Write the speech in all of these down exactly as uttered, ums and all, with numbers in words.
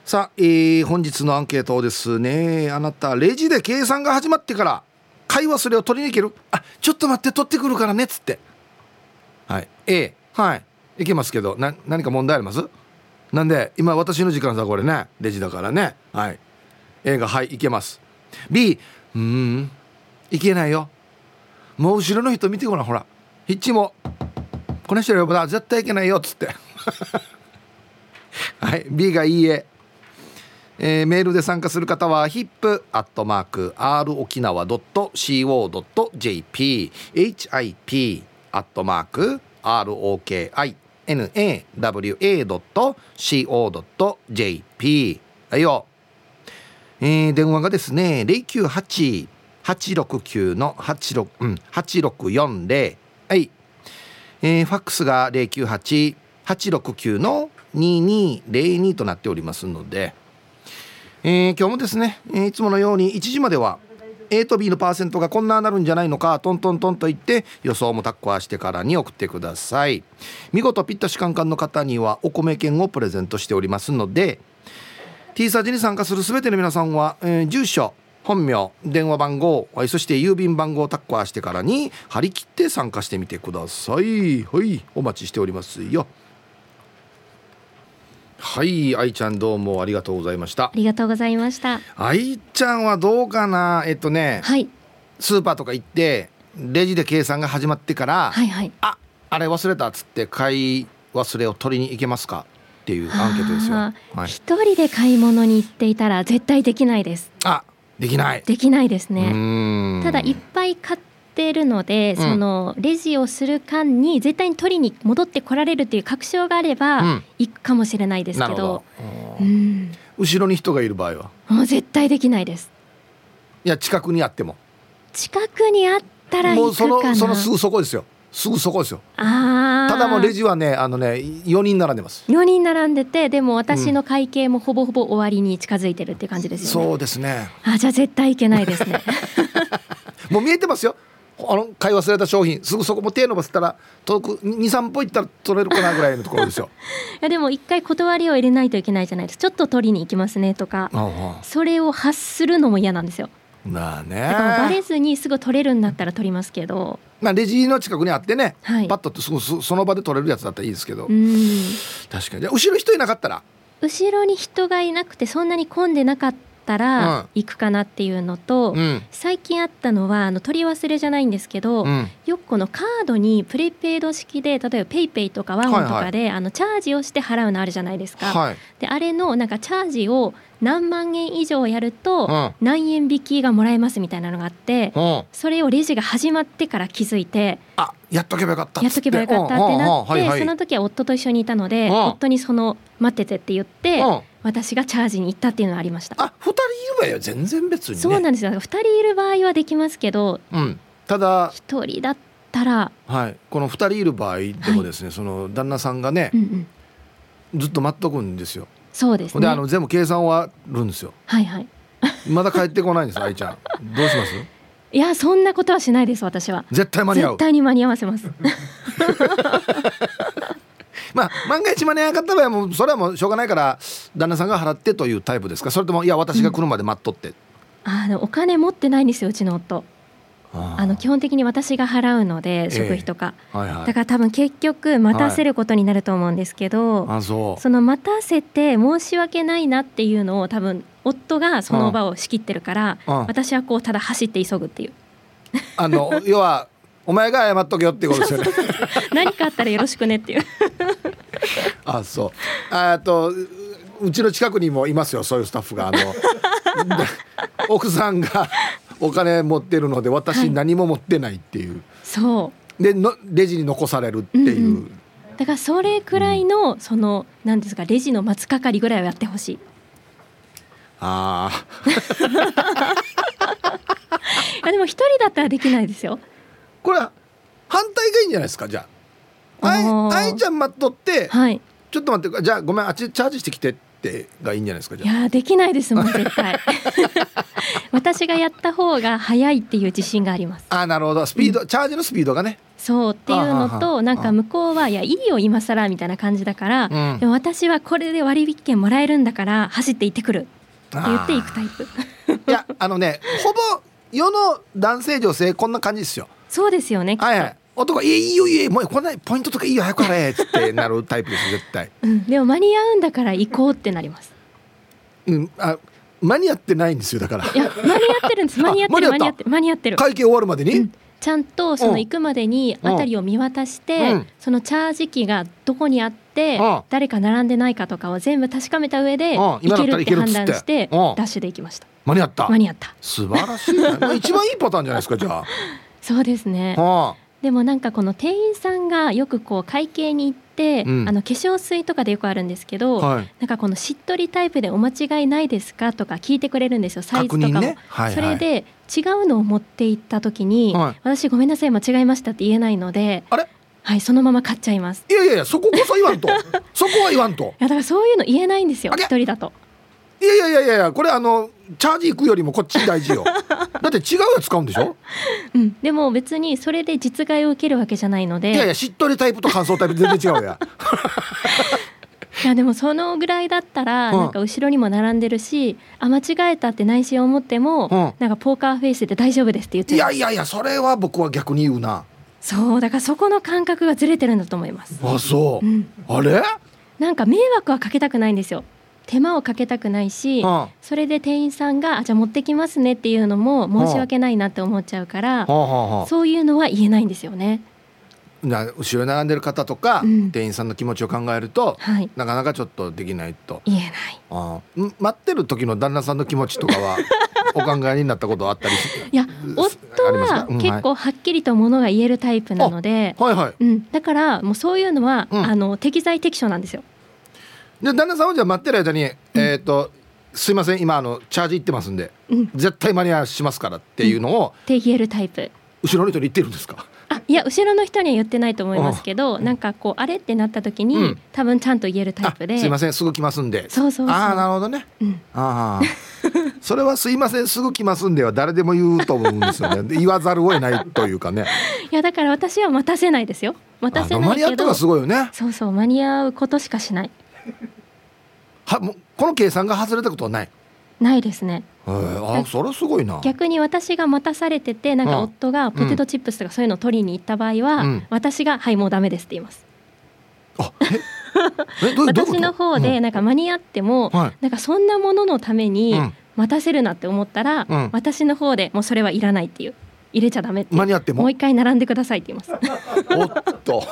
さあ、えー、本日のアンケートですね。あなたレジで計算が始まってから買い忘れを取りに行ける？あ、ちょっと待って取ってくるからねっつって、はい A、 はいいけますけど、な何か問題あります？なんで今私の時間だこれね、レジだからね。はい A がはいいけます。 B、 うーんいけないよ、もう後ろの人見てごらん、ほらヒッチもこの人呼ぶな、絶対いけないよっつってはい B がいいえ。えー、メールで参加する方は ヒップ アットマーク アール 沖縄 ドット シーオー ドット ジェーピー ヒップ アットマーク アール オーケーアイエヌエーダブリューエー ドット シーオー ドット ジェーピー はいよ。えー、電話がですね ゼロきゅうはち はちろくきゅう の86、うん、はちろくよんゼロ、はい、えー、ファックスが ゼロきゅうはち はちろくきゅう のににゼロにとなっておりますので、えー、今日もですね、えー、いつものようにいちじまでは A と B のパーセントがこんななるんじゃないのかトントントンと言って予想もタッコアしてからに送ってください。見事ピッタシカンカンの方にはお米券をプレゼントしておりますので、 T サージに参加するすべての皆さんは、えー、住所、本名、電話番号、そして郵便番号をタッコアしてからに張り切って参加してみてください。はい、お待ちしておりますよ。はい、愛ちゃんどうもありがとうございました。 ありがとうございました。 愛ちゃんはどうかな。えっとね、 はい、 スーパーとか行ってレジで計算が始まってから、 はいはい、 あ、あれ忘れたっつって買い忘れを取りに行けますかっていうアンケートですよ。はい、 一人で買い物に行っていたら絶対できないです。 あ、できないできないですね。 うーん、 ただいっぱい買ってるので、そのレジをする間に絶対に取りに戻ってこられるっていう確証があれば、うん、行くかもしれないですけど、 ど、 うん、後ろに人がいる場合はもう絶対できないです。 いや、近くにあっても近くにあったら行くかな。もうその、 そのすぐそこですよ、すぐそこですよ。 あ、 ただもうレジはね、あのねよにん並んでます。 よにん並んでて、でも私の会計もほぼほぼ終わりに近づいてるって感じですよね。 そうですね。 あ、じゃあ絶対いけないですねもう見えてますよ、あの買い忘れた商品、すぐそこも手伸ばせたら遠く にさん歩行ったら取れるかなぐらいのところですよいやでも一回断りを入れないといけないじゃないですか。ちょっと取りに行きますねとか、ああ、それを発するのも嫌なんですよ。 まあね、 だからバレずにすぐ取れるんだったら取りますけど、 まあ、レジの近くにあってね、はい、パッとってすぐその場で取れるやつだったらいいですけど、うん、確かに。後ろ人いなかったら、 後ろに人がいなくてそんなに混んでなかったら行くかなっていうのと、うん、最近あったのはあの取り忘れじゃないんですけど、うん、よくこのカードにプレペイド式で、例えばペイペイとかワンオンとかで、はいはい、あのチャージをして払うのあるじゃないですか、はい、であれのなんかチャージを何万円以上やると何円引きがもらえますみたいなのがあって、うん、それをレジが始まってから気づいて、 あ、やっとけばよかったっやっとけばよかったってなって、その時は夫と一緒にいたので、夫にその待っててって言って、私がチャージに行ったっていうのがありました。 あ、ふたりいる場合は全然別にね。 そうなんですよ。ふたりいる場合はできますけど、うん、 ただひとりだったら、 はい、このふたりいる場合でもですね、はい、その旦那さんがね、うんうん、ずっと待っとくんですよ。 そうですね。 であの全部計算終わるんですよ。 はいはいまだ帰ってこないんです愛ちゃんどうします？ いや、そんなことはしないです。私は絶対間に合う。 絶対に間に合わせますまあ万が一間に合わなかった場合はもうそれはもうしょうがないから旦那さんが払ってというタイプですか？それともいや私が来るまで待っとって、うん、 あのお金持ってないんですよ、うちの夫。ああの基本的に私が払うので、食費とか、えーはいはい、だから多分結局待たせることになると思うんですけど、はい、あ、そう、その待たせて申し訳ないなっていうのを多分夫がその場を仕切ってるから、うん、私はこうただ走って急ぐっていう、 あの要はお前が謝っとけよってことですよね何かあったらよろしくねっていうあ、そう、あとうちの近くにもいますよ、そういうスタッフが。あの奥さんがお金持ってるので私何も持ってないっていう、はい、そうでのレジに残されるっていう、うんうん、 だからそれくらいの、うん、その何ですか、レジの待つ係ぐらいはやってほしい。 ああでも一人だったらできないですよ。 これは反対がいいんじゃないですか。じゃああいちゃん待っとって、はい、ちょっと待って、じゃあごめんあっちチャージしてきてってがいいんじゃないですか。じゃあいやできないですもん絶対私がやった方が早いっていう自信があります。 あ、なるほど、スピード、うん、チャージのスピードがね。 そうっていうのと、なんか向こうはいやいいよ今更みたいな感じだから、うん、でも私はこれで割引券もらえるんだから走って行ってくるって言っていくタイプ。 いやあのねほぼ世の男性女性こんな感じですよ。 そうですよね。 はいはい、男いいいいよいいよもうこんなポイントとかいいよ早くあれってなるタイプです絶対、 うん、でも間に合うんだから行こうってなります。 うん、あ間に合ってないんですよだから。 いや間に合ってるんです。間に合ってる間に合ってる間に合ってる。 会計終わるまでに、うん、 ちゃんとその行くまでに辺りを見渡して、うん、そのチャージ機がどこにあって、うん、誰か並んでないかとかを全部確かめた上で行けるって判断してダッシュで行きました。 間に合った間に合った素晴らしい、ね、一番いいパターンじゃないですかじゃあ。 そうですね。でもなんかこの店員さんがよくこう会計に行って、うん、あの化粧水とかでよくあるんですけど、はい、なんかこのしっとりタイプでお間違いないですかとか聞いてくれるんですよサイズとかも、ねはいはい、それで違うのを持って行った時に、はい、私ごめんなさい間違えましたって言えないのであれはいそのまま買っちゃいます。 いやいやいやそここそ言わんとそこは言わんと。いやだからそういうの言えないんですよ一人だと。 いやいやいやいやこれあのチャージ行くよりもこっち大事よだって違うやつ使うんでしょ、 うん、でも別にそれで実害を受けるわけじゃないので。 いやいやしっとりタイプと乾燥タイプ全然違うやいやでもそのぐらいだったらなんか後ろにも並んでるし、うん、あ間違えたって内心思っても、うん、なんかポーカーフェイスで大丈夫ですって言っちゃう。 いやいやいやそれは僕は逆に言うな。 そうだからそこの感覚がずれてるんだと思います。 あそう、うん、あれなんか迷惑はかけたくないんですよ。手間をかけたくないし、はあ、それで店員さんがあじゃあ持ってきますねっていうのも申し訳ないなって思っちゃうから、はあはあ、そういうのは言えないんですよね。 な後ろに並んでる方とか、うん、店員さんの気持ちを考えると、はい、なかなかちょっとできないと言えない。 あ待ってる時の旦那さんの気持ちとかはお考えになったことあったりいや夫は結構はっきりとものが言えるタイプなので、 はいはいうん、だからもうそういうのは、うん、あの適材適所なんですよ。 で旦那さんはじゃあ待ってる間に、うんえー、とすいません今あのチャージ行ってますんで、うん、絶対間に合わしますからっていうのを、うん、 って言えるタイプ。 後ろの人に言ってるんですか。 あいや後ろの人には言ってないと思いますけど、なんかこうあれってなった時に、うん、多分ちゃんと言えるタイプで、 すいませんすぐ来ますんで。 そうそうそう。 ああなるほどね、うん、あそれはすいませんすぐ来ますんでは誰でも言うと思うんですよね言わざるを得ないというかね。 いやだから私は待たせないですよ。待たせないけど間に合ったらすごいよね。 そうそう間に合うことしかしないはもうこの計算が外れたことはないないですね。 あそれはすごいな。 逆に私が待たされててなんか夫がポテトチップスとかそういうのを取りに行った場合は、うん、私がはいもうダメですって言います。あええどういうどういうこと私の方でなんか間に合っても、うん、なんかそんなもののために待たせるなって思ったら、うん、私の方でもうそれはいらないっていう入れちゃダメって間に合ってももう一回並んでくださいって言いますおっと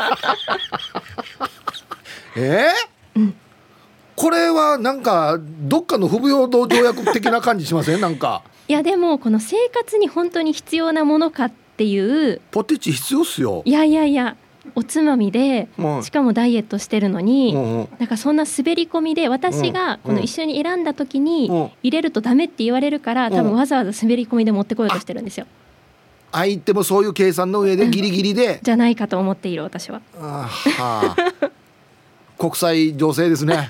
えーうんこれはなんかどっかの不平等条約的な感じしませんなんか。 いやでもこの生活に本当に必要なものかっていうポテチ必要っすよ。 いやいやいやおつまみで、うん、しかもダイエットしてるのに、うんうん、なんかそんな滑り込みで私がこの一緒に選んだ時に入れるとダメって言われるから多分わざわざ滑り込みで持ってこようとしてるんですよ。 相手もそういう計算の上でギリギリでじゃないかと思っている私は。 あは国際情勢ですね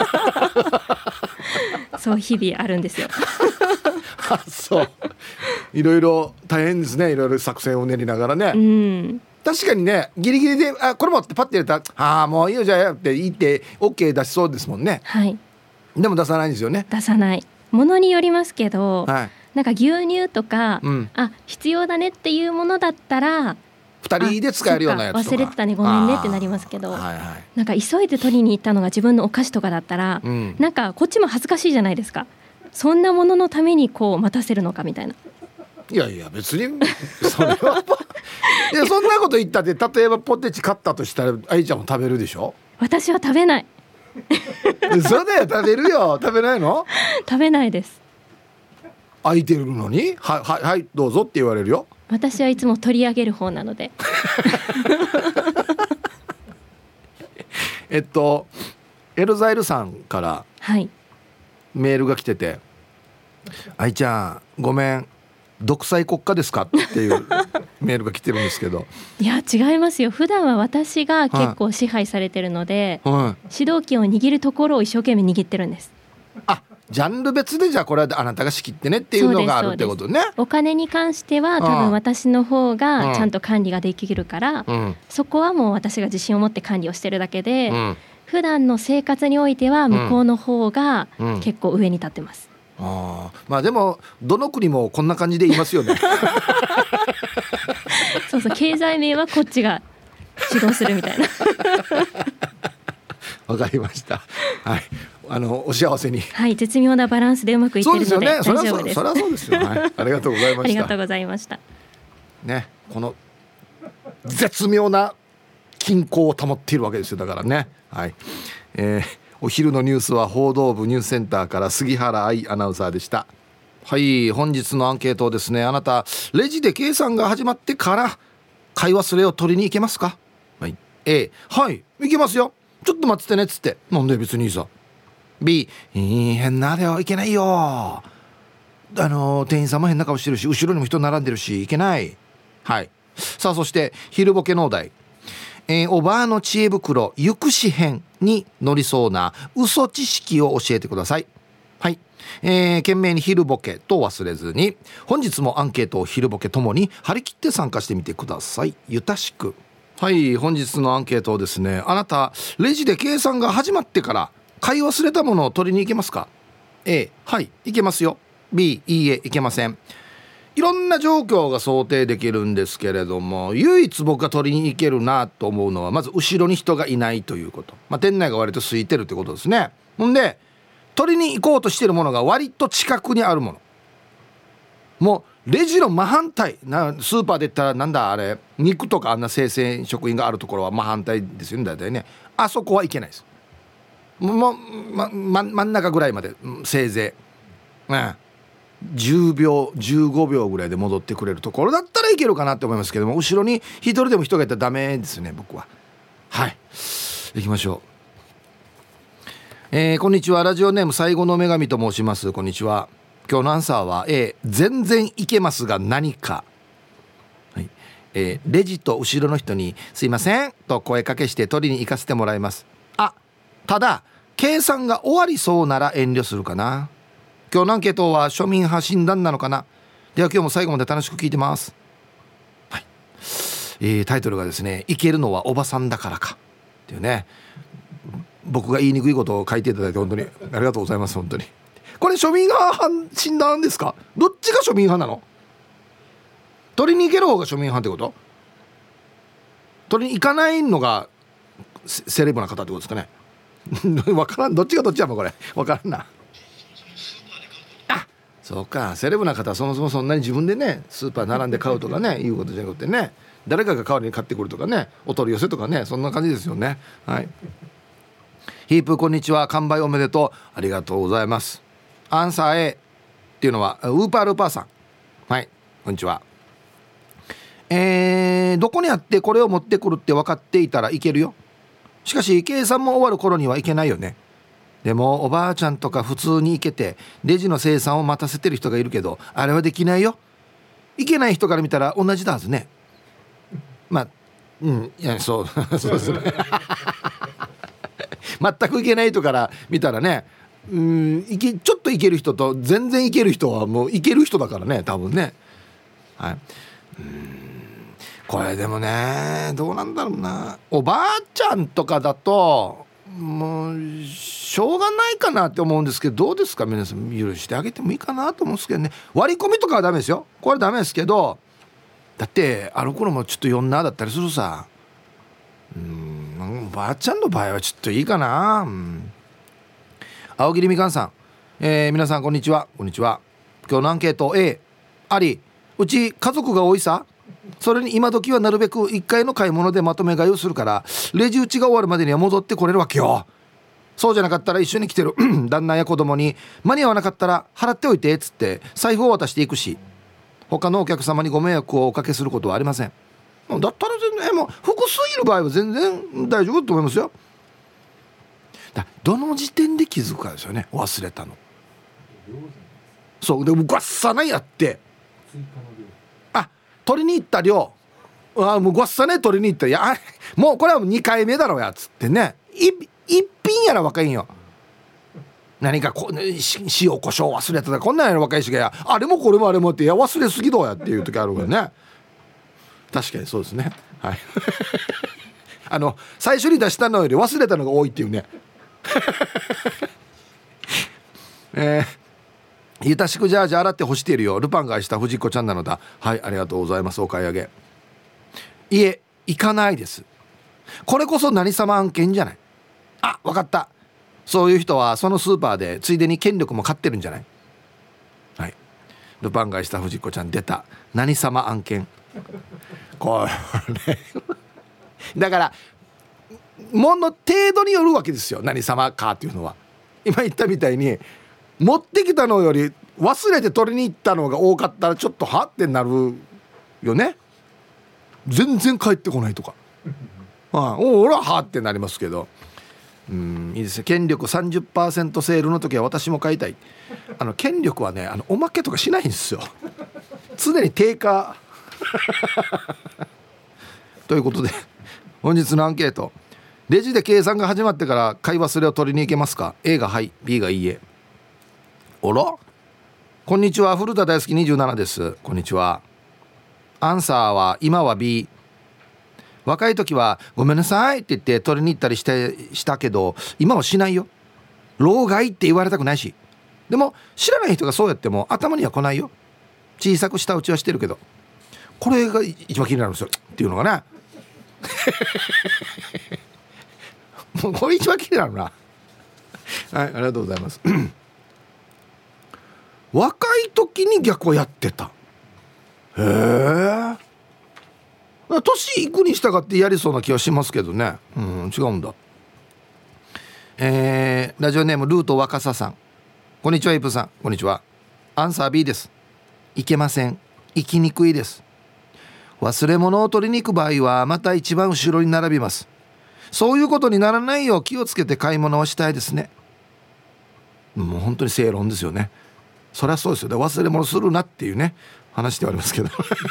そう日々あるんですよあそういろいろ大変ですね。いろいろ作戦を練りながらね、うん、確かにねギリギリであこれもってパッて入れたらあもういいよじゃあって言って OK 出しそうですもんね。はいでも出さないんですよね。 出さないものによりますけど、はい、なんか牛乳とか、うん、あ必要だねっていうものだったらふたりで使えるようなやつとか忘れてたねごめんねってなりますけど、はいはい、なんか急いで取りに行ったのが自分のお菓子とかだったら、うん、なんかこっちも恥ずかしいじゃないですか。そんなもののためにこう待たせるのかみたいな。 いやいや別にそれはいやそんなこと言ったって例えばポテチ買ったとしたら愛ちゃんも食べるでしょ。 私は食べないそうだよ食べるよ。食べないの？ 食べないです。 空いてるのにはいはいはいどうぞって言われるよ。 私はいつも取り上げる方なのでえっとエルザイルさんからメールが来てて、はい、愛ちゃんごめん独裁国家ですかっていうメールが来てるんですけどいや違いますよ。普段は私が結構支配されてるので、はい、主導権を握るところを一生懸命握ってるんです。 あジャンル別でじゃあこれはあなたが仕切ってねっていうのがあるってことね。 お金に関しては多分私の方がちゃんと管理ができるから、うん、そこはもう私が自信を持って管理をしてるだけで、うん、普段の生活においては向こうの方が結構上に立ってます、 うんうん、あまあでもどの国もこんな感じで言いますよねそうそう、経済面はこっちが指導するみたいなわかりました。はい、あのお幸せに。 はい、絶妙なバランスでうまくいってるので大丈夫です。 そりゃそうですよ。はい、ありがとうございました。 ありがとうございました。 ね、この絶妙な均衡を保っているわけですよ。だからね。はい。えー、お昼のニュースは報道部ニュースセンターから杉原愛アナウンサーでした。はい、本日のアンケートですね。あなたレジで計算が始まってから買い忘れを取りに行けますか？はい。A、はい行けますよ。ちょっと待っててねっつって。なんで別にいいさ。B、いい変なあれはいけないよ。あの店員さんも変な顔してるし後ろにも人並んでるしいけない。はい。さあそして昼ボケのお題、えー、おばあの知恵袋ゆくし編に載りそうな嘘知識を教えてください。はい、えー、懸命に昼ボケと忘れずに本日もアンケートを昼ボケともに張り切って参加してみてください。ゆたしく。はい、本日のアンケートをですね。あなたレジで計算が始まってから買い忘れたものを取りに行けますか？ A、 はい行けますよ。 B、 いいえ行けません。いろんな状況が想定できるんですけれども、唯一僕が取りに行けるなと思うのはまず後ろに人がいないということ、まあ、店内が割と空いてるってことですね。ほんで取りに行こうとしてるものが割と近くにあるもの、もうレジの真反対な、スーパーで言ったらなんだあれ肉とかあんな生鮮食品があるところは真反対ですよね大体ね。あそこはいけないです。もう、まま、真ん中ぐらいまでせいぜい、ね、じゅうびょうじゅうごびょうぐらいで戻ってくれるところだったらいけるかなって思いますけども、後ろに一人でも人がいたらダメですね僕は。はい行きましょう。えー、こんにちは。ラジオネーム最後の女神と申します。こんにちは。今日のアンサーは A、 全然いけますが何か、はい。えー、レジと後ろの人にすいませんと声かけして取りに行かせてもらいます。あ、ただ計算が終わりそうなら遠慮するかな。今日のアンケートは庶民派診断なのかな。では今日も最後まで楽しく聞いてます。はい。えー、タイトルがですね、いけるのはおばさんだからかっていうね。僕が言いにくいことを書いていただいて本当にありがとうございます。本当にこれ庶民派診断ですか？どっちが庶民派なの？取りに行ける方が庶民派ってこと？取りに行かないのがセレブな方ってことですかね？わからん、どっちがどっちやもんこれわからんな。あ、そうか、セレブな方はそもそもそんなに自分でねスーパー並んで買うとかねいうことじゃなくてね、誰かが代わりに買ってくるとかね、お取り寄せとかね、そんな感じですよね。はい。ヒープこんにちは。完売おめでとう。ありがとうございます。アンサー A っていうのはウーパールーパーさん。はい、こんにちは。えー、どこにあってこれを持ってくるって分かっていたらいけるよ。しかし計算も終わる頃にはいけないよね。でもおばあちゃんとか普通に行けてレジの生産を待たせてる人がいるけど、あれはできないよ。いけない人から見たら同じだはずね。まあうんいやそうそうですね全くいけない人から見たらね、うんいけちょっといける人と全然いける人はもういける人だからね多分ね。はい。うーんこれでもねどうなんだろうな。おばあちゃんとかだともうしょうがないかなって思うんですけど、どうですか皆さん、許してあげてもいいかなと思うんですけどね。割り込みとかはダメですよ。これダメですけど、だってあの頃もちょっとよんなだったりするさ。うーんおばあちゃんの場合はちょっといいかな。うん、青桐みかんさん、えー、皆さんこんにちは。こんにちは。今日のアンケート A あり。うち家族が多いさ。それに今時はなるべくいっかいの買い物でまとめ買いをするからレジ打ちが終わるまでには戻ってこれるわけよ。そうじゃなかったら一緒に来てる旦那や子供に間に合わなかったら払っておいてっつって財布を渡していくし、他のお客様にご迷惑をおかけすることはありません。だったら全然もう複数いる場合は全然大丈夫と思いますよ。だどの時点で気づくかですよね。忘れたの。そうでもガッサナやってあ取りに行った量あもうガッサナ取りに行ったいやもうこれはにかいめだろうやつってね、い一品やら若いんよ。 何かこ塩コショウ忘れてたこんなんやろ若い人があれもこれもあれもっていや忘れすぎどうやっていう時あるからね。確かにそうですね。はいあの最初に出したのより忘れたのが多いっていうねえー、ゆたしくジャージ洗って干しているよ。ルパンが愛した藤子ちゃんなのだ。はい、ありがとうございます。お買い上げ。いえ行かないです。これこそ何様案件じゃない。あ、わかった。そういう人はそのスーパーでついでに権力も買ってるんじゃない。はい、ルパンがした藤子ちゃん出た。何様案件これだからもの程度によるわけですよ。何様かっていうのは今言ったみたいに持ってきたのより忘れて取りに行ったのが多かったらちょっとはってなるよね。全然帰ってこないとかああ俺ははってなりますけど、うん、いいですね。権力 さんじゅっパーセント セールの時は私も買いたい。あの権力はねあのおまけとかしないんですよ。常に定価ということで本日のアンケート。レジで計算が始まってから買い忘れを取りに行けますか。 A がはい、 B がいいえ。あら、こんにちは、古田大好きにじゅうななです。こんにちは。アンサーは今は B。 若い時はごめんなさいって言って取りに行ったりしてしたけど今はしないよ。老害って言われたくないし、でも知らない人がそうやっても頭には来ないよ。小さく舌打ちはしてるけどこれが一番気になるんですよっていうのがねもうこれ一番気になるなはい、ありがとうございます若い時に逆をやってた。へえ。年いくに従ってやりそうな気はしますけどね。うん、違うんだ。えー、ラジオネームルート若狭さん、こんにちは。イプさん、こんにちは。アンサー B です。いけません。行きにくいです。忘れ物を取りに行く場合はまた一番後ろに並びます。そういうことにならないよう気をつけて買い物はしたいですね。もう本当に正論ですよね。そりゃそうですよ。で忘れ物するなっていうね話ではありますけど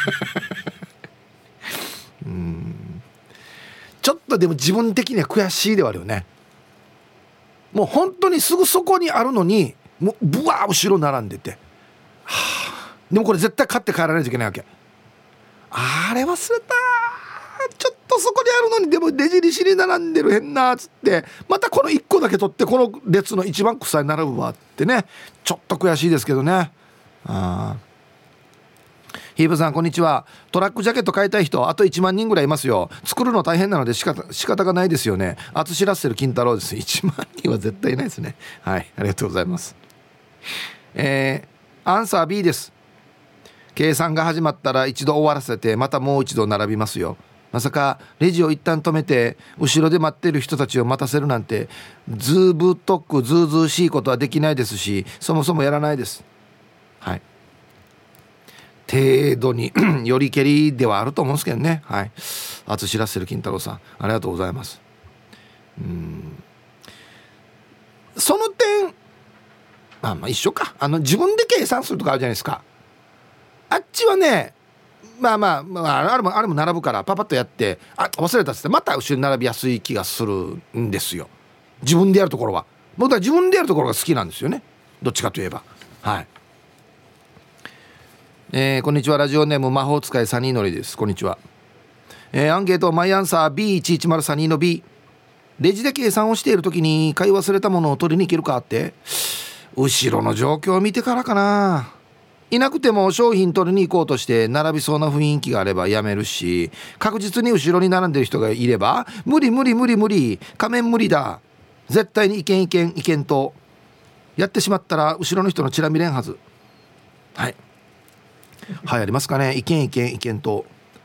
うーん、ちょっとでも自分的には悔しいではあるよね。もう本当にすぐそこにあるのにもうブワー後ろ並んでて、はあ、でもこれ絶対買って帰らないといけないわけ。あれ忘れた、ちょっとそこにあるのにでもレジにしに並んでる変なっつってまたこのいっこだけ取ってこの列の一番草に並ぶわってね、ちょっと悔しいですけどね。あヒーブさん、こんにちは。トラックジャケット買いたい人あといちまんにんぐらいいますよ。作るの大変なので仕方、仕方がないですよね。あつしらっせる金太郎です。いちまんにんは絶対いないですね。はい、ありがとうございます。えー、アンサー B です。計算が始まったら一度終わらせてまたもう一度並びますよ。まさかレジを一旦止めて後ろで待ってる人たちを待たせるなんてずぶとくずうずうしいことはできないですし、そもそもやらないです。はい、程度によりけりではあると思うんですけどね。はい、あつしらっせる金太郎さん、ありがとうございます。うーん、その点まあまあ一緒か。あの自分で計算するとかあるじゃないですか。あっちはね、まあまあ、まあ、あれもあれも並ぶからパパッとやってあ忘れたっつってまた後ろに並びやすい気がするんですよ。自分でやるところは僕は自分でやるところが好きなんですよね。どっちかといえば。はい、えー、こんにちは。ラジオネーム魔法使いサニーのりです。こんにちは。えー、アンケートマイアンサー ビーいちいちまるさんに の B。 レジで計算をしている時に買い忘れたものを取りに行けるかって、後ろの状況を見てからかな。いなくても商品取りに行こうとして並びそうな雰囲気があればやめるし、確実に後ろに並んでる人がいれば無理無理無理無理仮面無理だ絶対にいけんいけんいけんとやってしまったら後ろの人のチラ見れんはず。はいはい、ありますかね。いけんいけんいけんと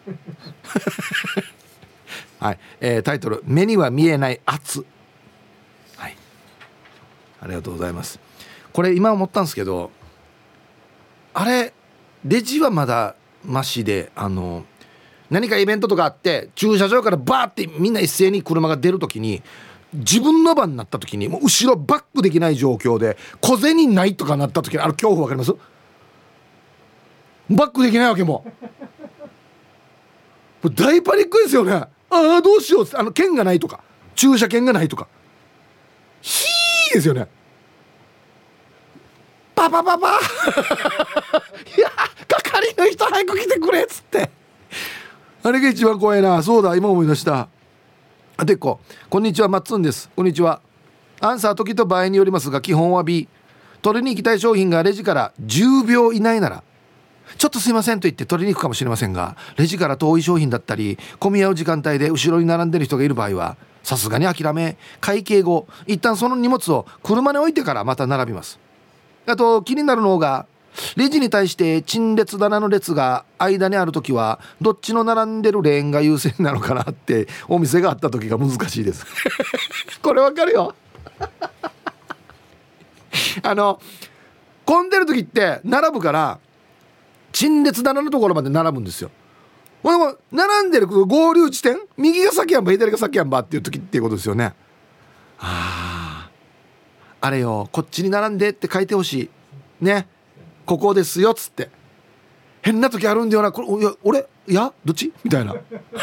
はい、えー、タイトル目には見えない圧。はい、ありがとうございます。これ今思ったんですけど、あれレジはまだマシで、あの何かイベントとかあって駐車場からバーってみんな一斉に車が出るときに自分の番になったときにもう後ろバックできない状況で小銭ないとかなったときにあの恐怖わかります？バックできないわけもう大パニックですよね。ああどうしよう、あの券がないとか駐車券がないとかヒーですよね。 パパパパいや係の人早く来てくれっつって、あれが一番怖いな。そうだ、今思い出した。あてっこ、こんにちは、マッツンです。こんにちは。アンサー時と場合によりますが、基本は B。 取りに行きたい商品がレジからじゅうびょう以内ならちょっとすいませんと言って取りに行くかもしれませんが、レジから遠い商品だったり混み合う時間帯で後ろに並んでる人がいる場合は、さすがに諦め、会計後一旦その荷物を車に置いてからまた並びます。あと気になるのが、レジに対して陳列棚の列が間にあるときはどっちの並んでるレーンが優先なのかなってお店があったときが難しいですこれわかるよあの混んでるときって並ぶから陳列棚のところまで並ぶんですよ。並んでる合流地点、右が先やんば左が先やんばっていう時っていうことですよね。ああれよ、こっちに並んでって書いてほしいね。ここですよっつって。変な時あるんだよな、これ、いや俺いやどっちみたいな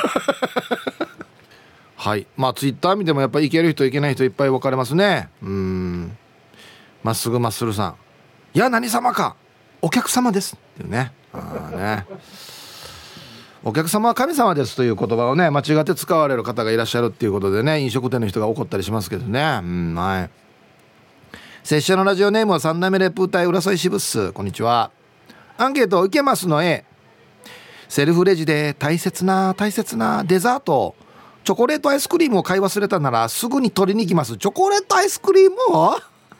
はい、まあツイッター見てもやっぱりいける人いけない人いっぱい分かれますね。うーん、まっすぐまっするさん、いや何様かお客様ですっていうね。あねお客様は神様ですという言葉をね、間違って使われる方がいらっしゃるっていうことでね、飲食店の人が怒ったりしますけどね。うん、はい。拙者のラジオネームはさん代目レプー隊浦添支部っす。こんにちは。アンケート受けますの A。 セルフレジで大切な大切なデザートチョコレートアイスクリームを買い忘れたならすぐに取りに行きます。チョコレートアイスクリームを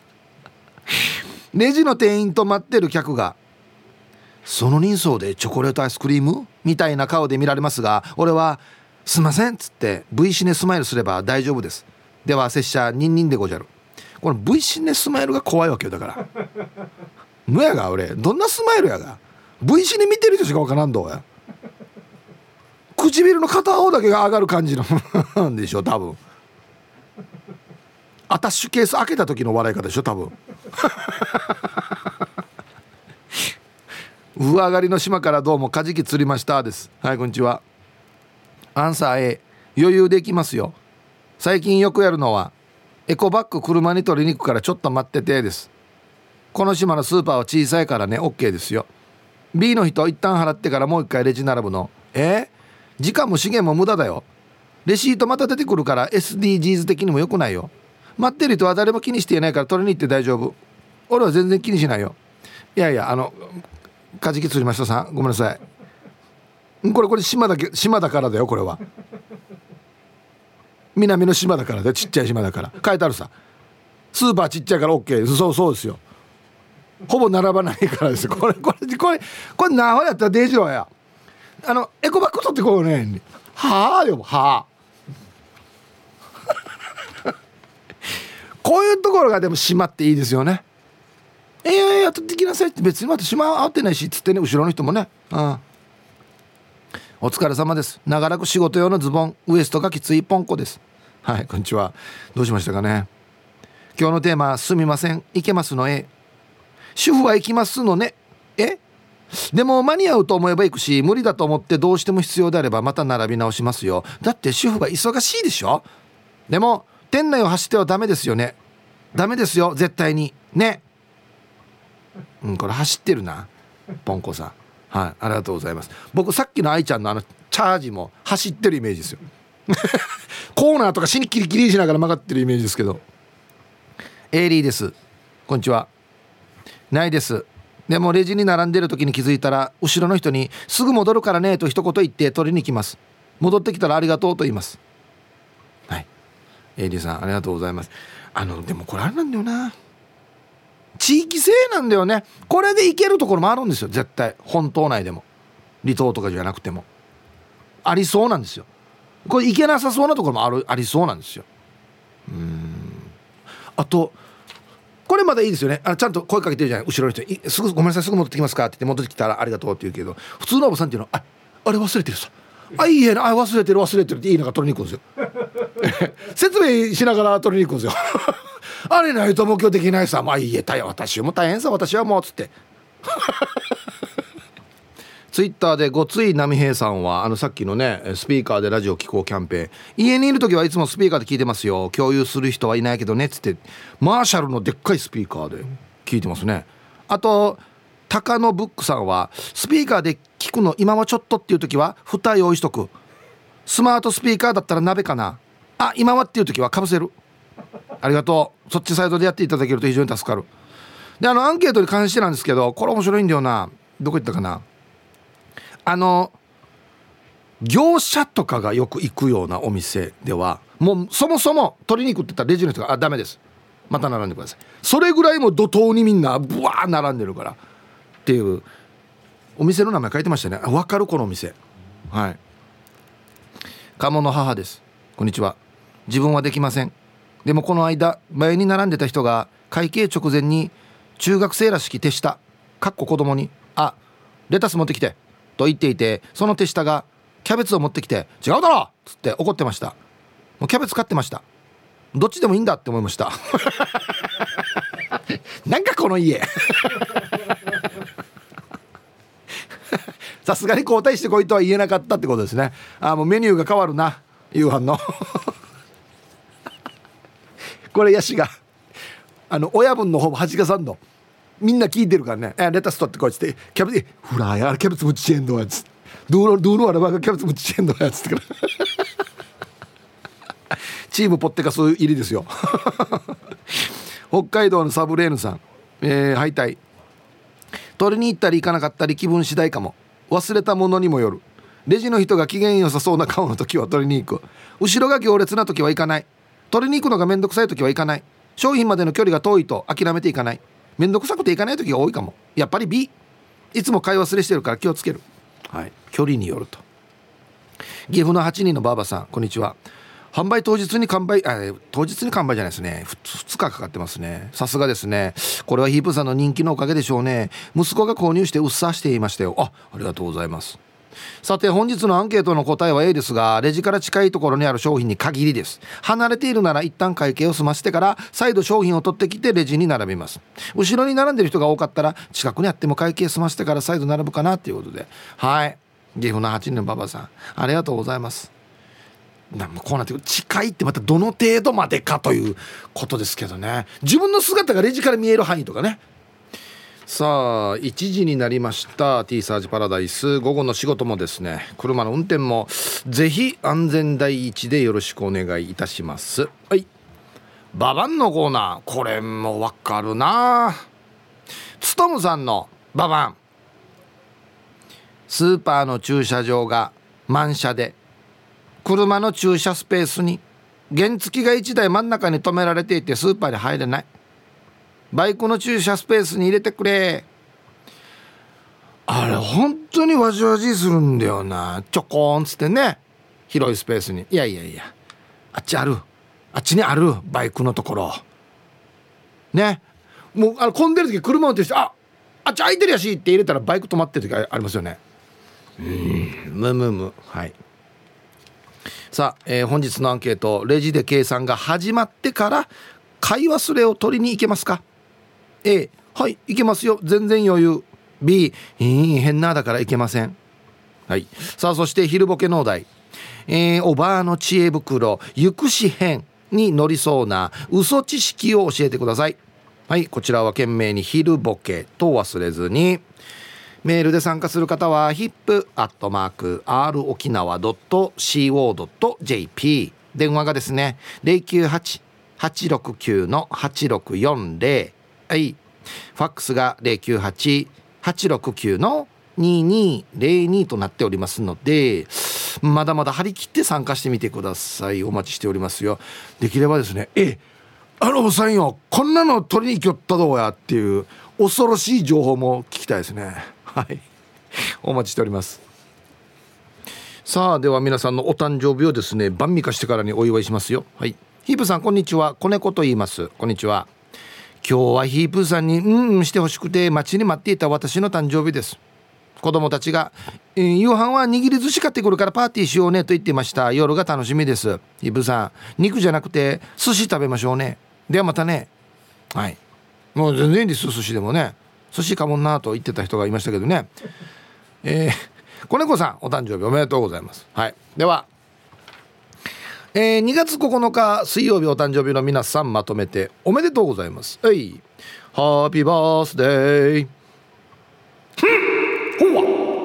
レジの店員と待ってる客が、その人相でチョコレートアイスクリームみたいな顔で見られますが、俺はすいませんっつって V シネスマイルすれば大丈夫です。では拙者ニンニンでごじゃる。この V シネスマイルが怖いわけよ。だからむやが俺どんなスマイルやが V シネ見てる人しかわからんどうや。唇の片方だけが上がる感じのでしょ多分。アタッシュケース開けた時の笑い方でしょ多分上上がりの島からどうもカジキ釣りましたです。はい、こんにちは。アンサー A。 余裕できますよ。最近よくやるのはエコバッグ車に取りに行くからちょっと待っててです。この島のスーパーは小さいからね OK ですよ。 B の人一旦払ってからもう一回レジ並ぶの、えー、時間も資源も無駄だよ。レシートまた出てくるから エスディージーズ 的にも良くないよ。待ってる人は誰も気にしていないから取りに行って大丈夫。俺は全然気にしないよ。いやいや、あのカジキ釣りましたさん、ごめんなさい。これこれ島だけ島だからだよ。これは南の島だからだよ。ちっちゃい島だから書いてあるさ。スーパーちっちゃいから OK。 そうそうですよ。ほぼ並ばないからですよ。これこれこれこれ何やったらデイジローや。あのエコバッグ取ってこうね。はあよはあこういうところがでも島っていいですよね。えー、やってきなさいって、別に私も会ってないしっつってね、後ろの人もね、うん、お疲れ様です。長らく仕事用のズボンウエストがきついポンコです。はい、こんにちは。どうしましたかね。今日のテーマ、すみません行けますの A。 主婦は行きますのね。えでも間に合うと思えば行くし、無理だと思ってどうしても必要であればまた並び直しますよ。だって主婦は忙しいでしょ。でも店内を走ってはダメですよね。ダメですよ絶対にね。うん、これ走ってるなポンコさん。はい、ありがとうございます。僕さっきの愛ちゃんのあのチャージも走ってるイメージですよコーナーとかしにキリキリしながら曲がってるイメージですけど。エイリーです。こんにちは。ないです。でもレジに並んでる時に気づいたら後ろの人にすぐ戻るからねと一言言って取りに行きます。戻ってきたらありがとうと言います。はい、エイリーさんありがとうございます。あのでもこれあれなんだよな、地域性なんだよね。これで行けるところもあるんですよ絶対。本島内でも離島とかじゃなくてもありそうなんですよ。これ行けなさそうなところもあるありそうなんですよ。うーん、あとこれまだいいですよね。あちゃんと声かけてるじゃない後ろの人。すぐごめんなさいすぐ戻ってきますかって言って戻ってきたらありがとうって言うけど、普通のおばさんっていうのは あ, あれ忘れてるさあいいえなあ忘れてる忘れてるっていいのが取りに行くんですよ説明しながら取りに行くんですよあれないともう今日できないさ、まあいいえ大変私も大変さ私はもうつってツイッターでごつい波平さんはあのさっきのねスピーカーでラジオ聞こうキャンペーン、家にいる時はいつもスピーカーで聞いてますよ、共有する人はいないけどねっつってマーシャルのでっかいスピーカーで聞いてますね。 あと高野ブックさんはスピーカーで聞くの今はちょっとっていう時は蓋用意しとく。スマートスピーカーだったら鍋かな。あ、今はっていう時はかぶせる。ありがとう。そっちサイドでやっていただけると非常に助かる。であのアンケートに関してなんですけど、これ面白いんだよな。どこ行ったかな。あの業者とかがよく行くようなお店ではもうそもそも鶏肉って言ったらレジの人があダメです、また並んでください。それぐらいもう怒涛にみんなブワー並んでるからっていうお店の名前書いてましたね。わかるこのお店。はい。鴨の母です。こんにちは。自分はできません。でもこの間前に並んでた人が会計直前に中学生らしき手下かっこ子供にあレタス持ってきてと言っていて、その手下がキャベツを持ってきて違うだろっつって怒ってました。もうキャベツ買ってました。どっちでもいいんだって思いましたなんかこの家さすがに交代してこいとは言えなかったってことですね。あもうメニューが変わるな夕飯のこれヤシがあの親分の方もはじかさんのみんな聞いてるからね、えレタス取ってこいっつってキャベツフライあれキャベツむちチェンドやつどうのどうのあればキャベツむちチェンドやつってからチームポッテカス入りですよ北海道のサブレーヌさん、えー、敗退。取りに行ったり行かなかったり気分次第かも。忘れたものにもよる。レジの人が機嫌良さそうな顔の時は取りに行く。後ろが行列な時は行かない。取りに行くのがめんどくさい時は行かない。商品までの距離が遠いと諦めていかない。めんどくさくて行かない時が多いかも。やっぱり B。 いつも買い忘れしてるから気をつける。はい、距離によると。岐阜のはちにんのばあばさん、こんにちは。販売当日に完売、あ当日に完売じゃないですね。ふつかかかってますね。さすがですね。これはヒープさんの人気のおかげでしょうね。息子が購入してうっさしていましたよ。あ、ありがとうございます。さて本日のアンケートの答えは A ですが、レジから近いところにある商品に限りです。離れているなら一旦会計を済ませてから再度商品を取ってきてレジに並びます。後ろに並んでる人が多かったら近くにあっても会計済ませてから再度並ぶかなということで、はい、岐阜のはちにんのばばさんありがとうございます。なんこうなって近いってまたどの程度までかということですけどね。自分の姿がレジから見える範囲とかね。さあいちじになりました。 T サージパラダイス、午後の仕事もですね、車の運転もぜひ安全第一でよろしくお願いいたします。はい、ババンのコーナー、これもわかるな。つとむさんのババン。スーパーの駐車場が満車で車の駐車スペースに原付がいちだい真ん中に止められていてスーパーに入れない。バイクの駐車スペースに入れてくれ。あれ本当にわじわじするんだよな。ちょこーんつってね、広いスペースに、いやいやいやあっちある、あっちにあるバイクのところね。もうあの混んでる時車運転してああっち空いてるやしって入れたらバイク止まってる時ありますよね。うーんむむむ。はい。さあ、えー、本日のアンケート、レジで計算が始まってから買い忘れを取りに行けますか。 A はい行けますよ全然余裕。 B いい変なだから行けません。はい。さあそして昼ボケのお題、えー、おばあの知恵袋行くし編に乗りそうな嘘知識を教えてください。はい、こちらは懸命に昼ボケと忘れずに。メールで参加する方は ヒップ アットマーク アール 沖縄 ドット シーオー ドット ジェーピー、 電話がですね ゼロきゅうはち はちろくきゅう はちろくよんゼロ、はい、ファックスが ゼロきゅうはち はちろくきゅう ににゼロにとなっておりますので、まだまだ張り切って参加してみてください。お待ちしておりますよ。できればですね、えあのおさんよこんなの取りに行きよったどうやっていう恐ろしい情報も聞きたいですね。はい、お待ちしております。さあでは皆さんのお誕生日をですね晩御飯してからにお祝いしますよ。はい、ヒープさんこんにちは、子猫と言います。こんにちは。今日はヒープさんにうんうんしてほしくて待ちに待っていた私の誕生日です。子供たちが、えー、夕飯は握り寿司買ってくるからパーティーしようねと言ってました。夜が楽しみです。ヒープさん肉じゃなくて寿司食べましょうね。ではまたね。はい、もう全然いいです。寿司でもね、寿司かもんなと言ってた人がいましたけどね。えー、子猫さんお誕生日おめでとうございます。はい、では、えー、にがつここのか水曜日お誕生日の皆さんまとめておめでとうございます。はい、 ハッピーバースデーほ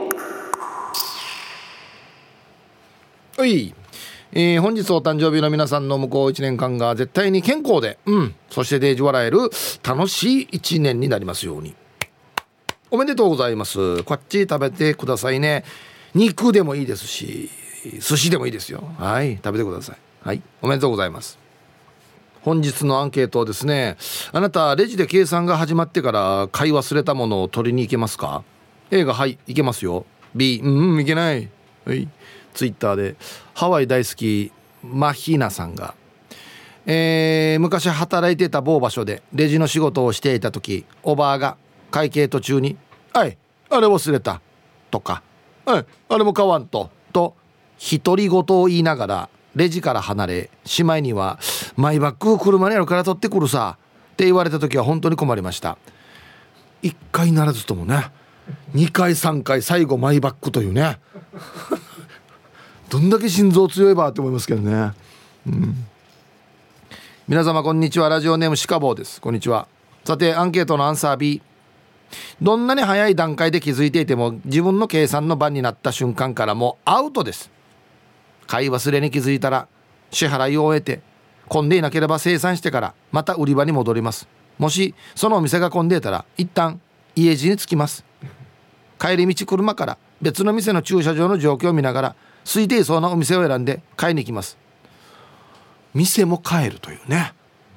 わはい、えー、本日お誕生日の皆さんの向こういちねんかんが絶対に健康で、うん、そしてデージ笑える楽しいいちねんになりますように。おめでとうございます。こっち食べてくださいね。肉でもいいですし寿司でもいいですよ。はい、食べてください。はい、おめでとうございます。本日のアンケートですね。あなたレジで計算が始まってから買い忘れたものを取りに行けますか？ A がはい、行けますよ。 B うん、うん、行けない。はい。ツイッターでハワイ大好きマヒナさんが、えー、昔働いてた某場所でレジの仕事をしていた時、おばあが会計途中にはいあれ忘れたとか、はいあれも買わんとと独り言を言いながらレジから離れ、しまいにはマイバッグ車にあるから取ってくるさって言われた時は本当に困りました。いっかいならずともね、にかいさんかい最後マイバッグというねどんだけ心臓強いばって思いますけどね、うん、皆様こんにちは。ラジオネームシカボーです。こんにちは。さてアンケートのアンサー B、 どんなに早い段階で気づいていても自分の計算の番になった瞬間からもうアウトです。買い忘れに気づいたら支払いを終えて、混んでいなければ精算してからまた売り場に戻ります。もしそのお店が混んでいたら一旦家路に着きます。帰り道車から別の店の駐車場の状況を見ながら空いていそうなお店を選んで買いに行きます。店も帰るというね。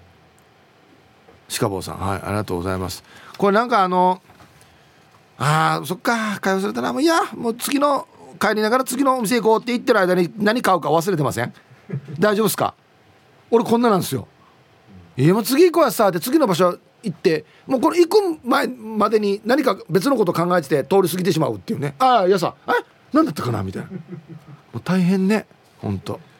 シカボーさん、はい、ありがとうございます。これなんかあのあーそっか買い忘れたな、もういやもう次の帰りながら次のお店行こうって言ってる間に何買うか忘れてません？大丈夫ですか？俺こんななんですよ。いやもう次行こうやさって次の場所行ってもうこの行く前までに何か別のこと考えてて通り過ぎてしまうっていうね。ああいやさえ何だったかなみたいな、もう大変ねほんと。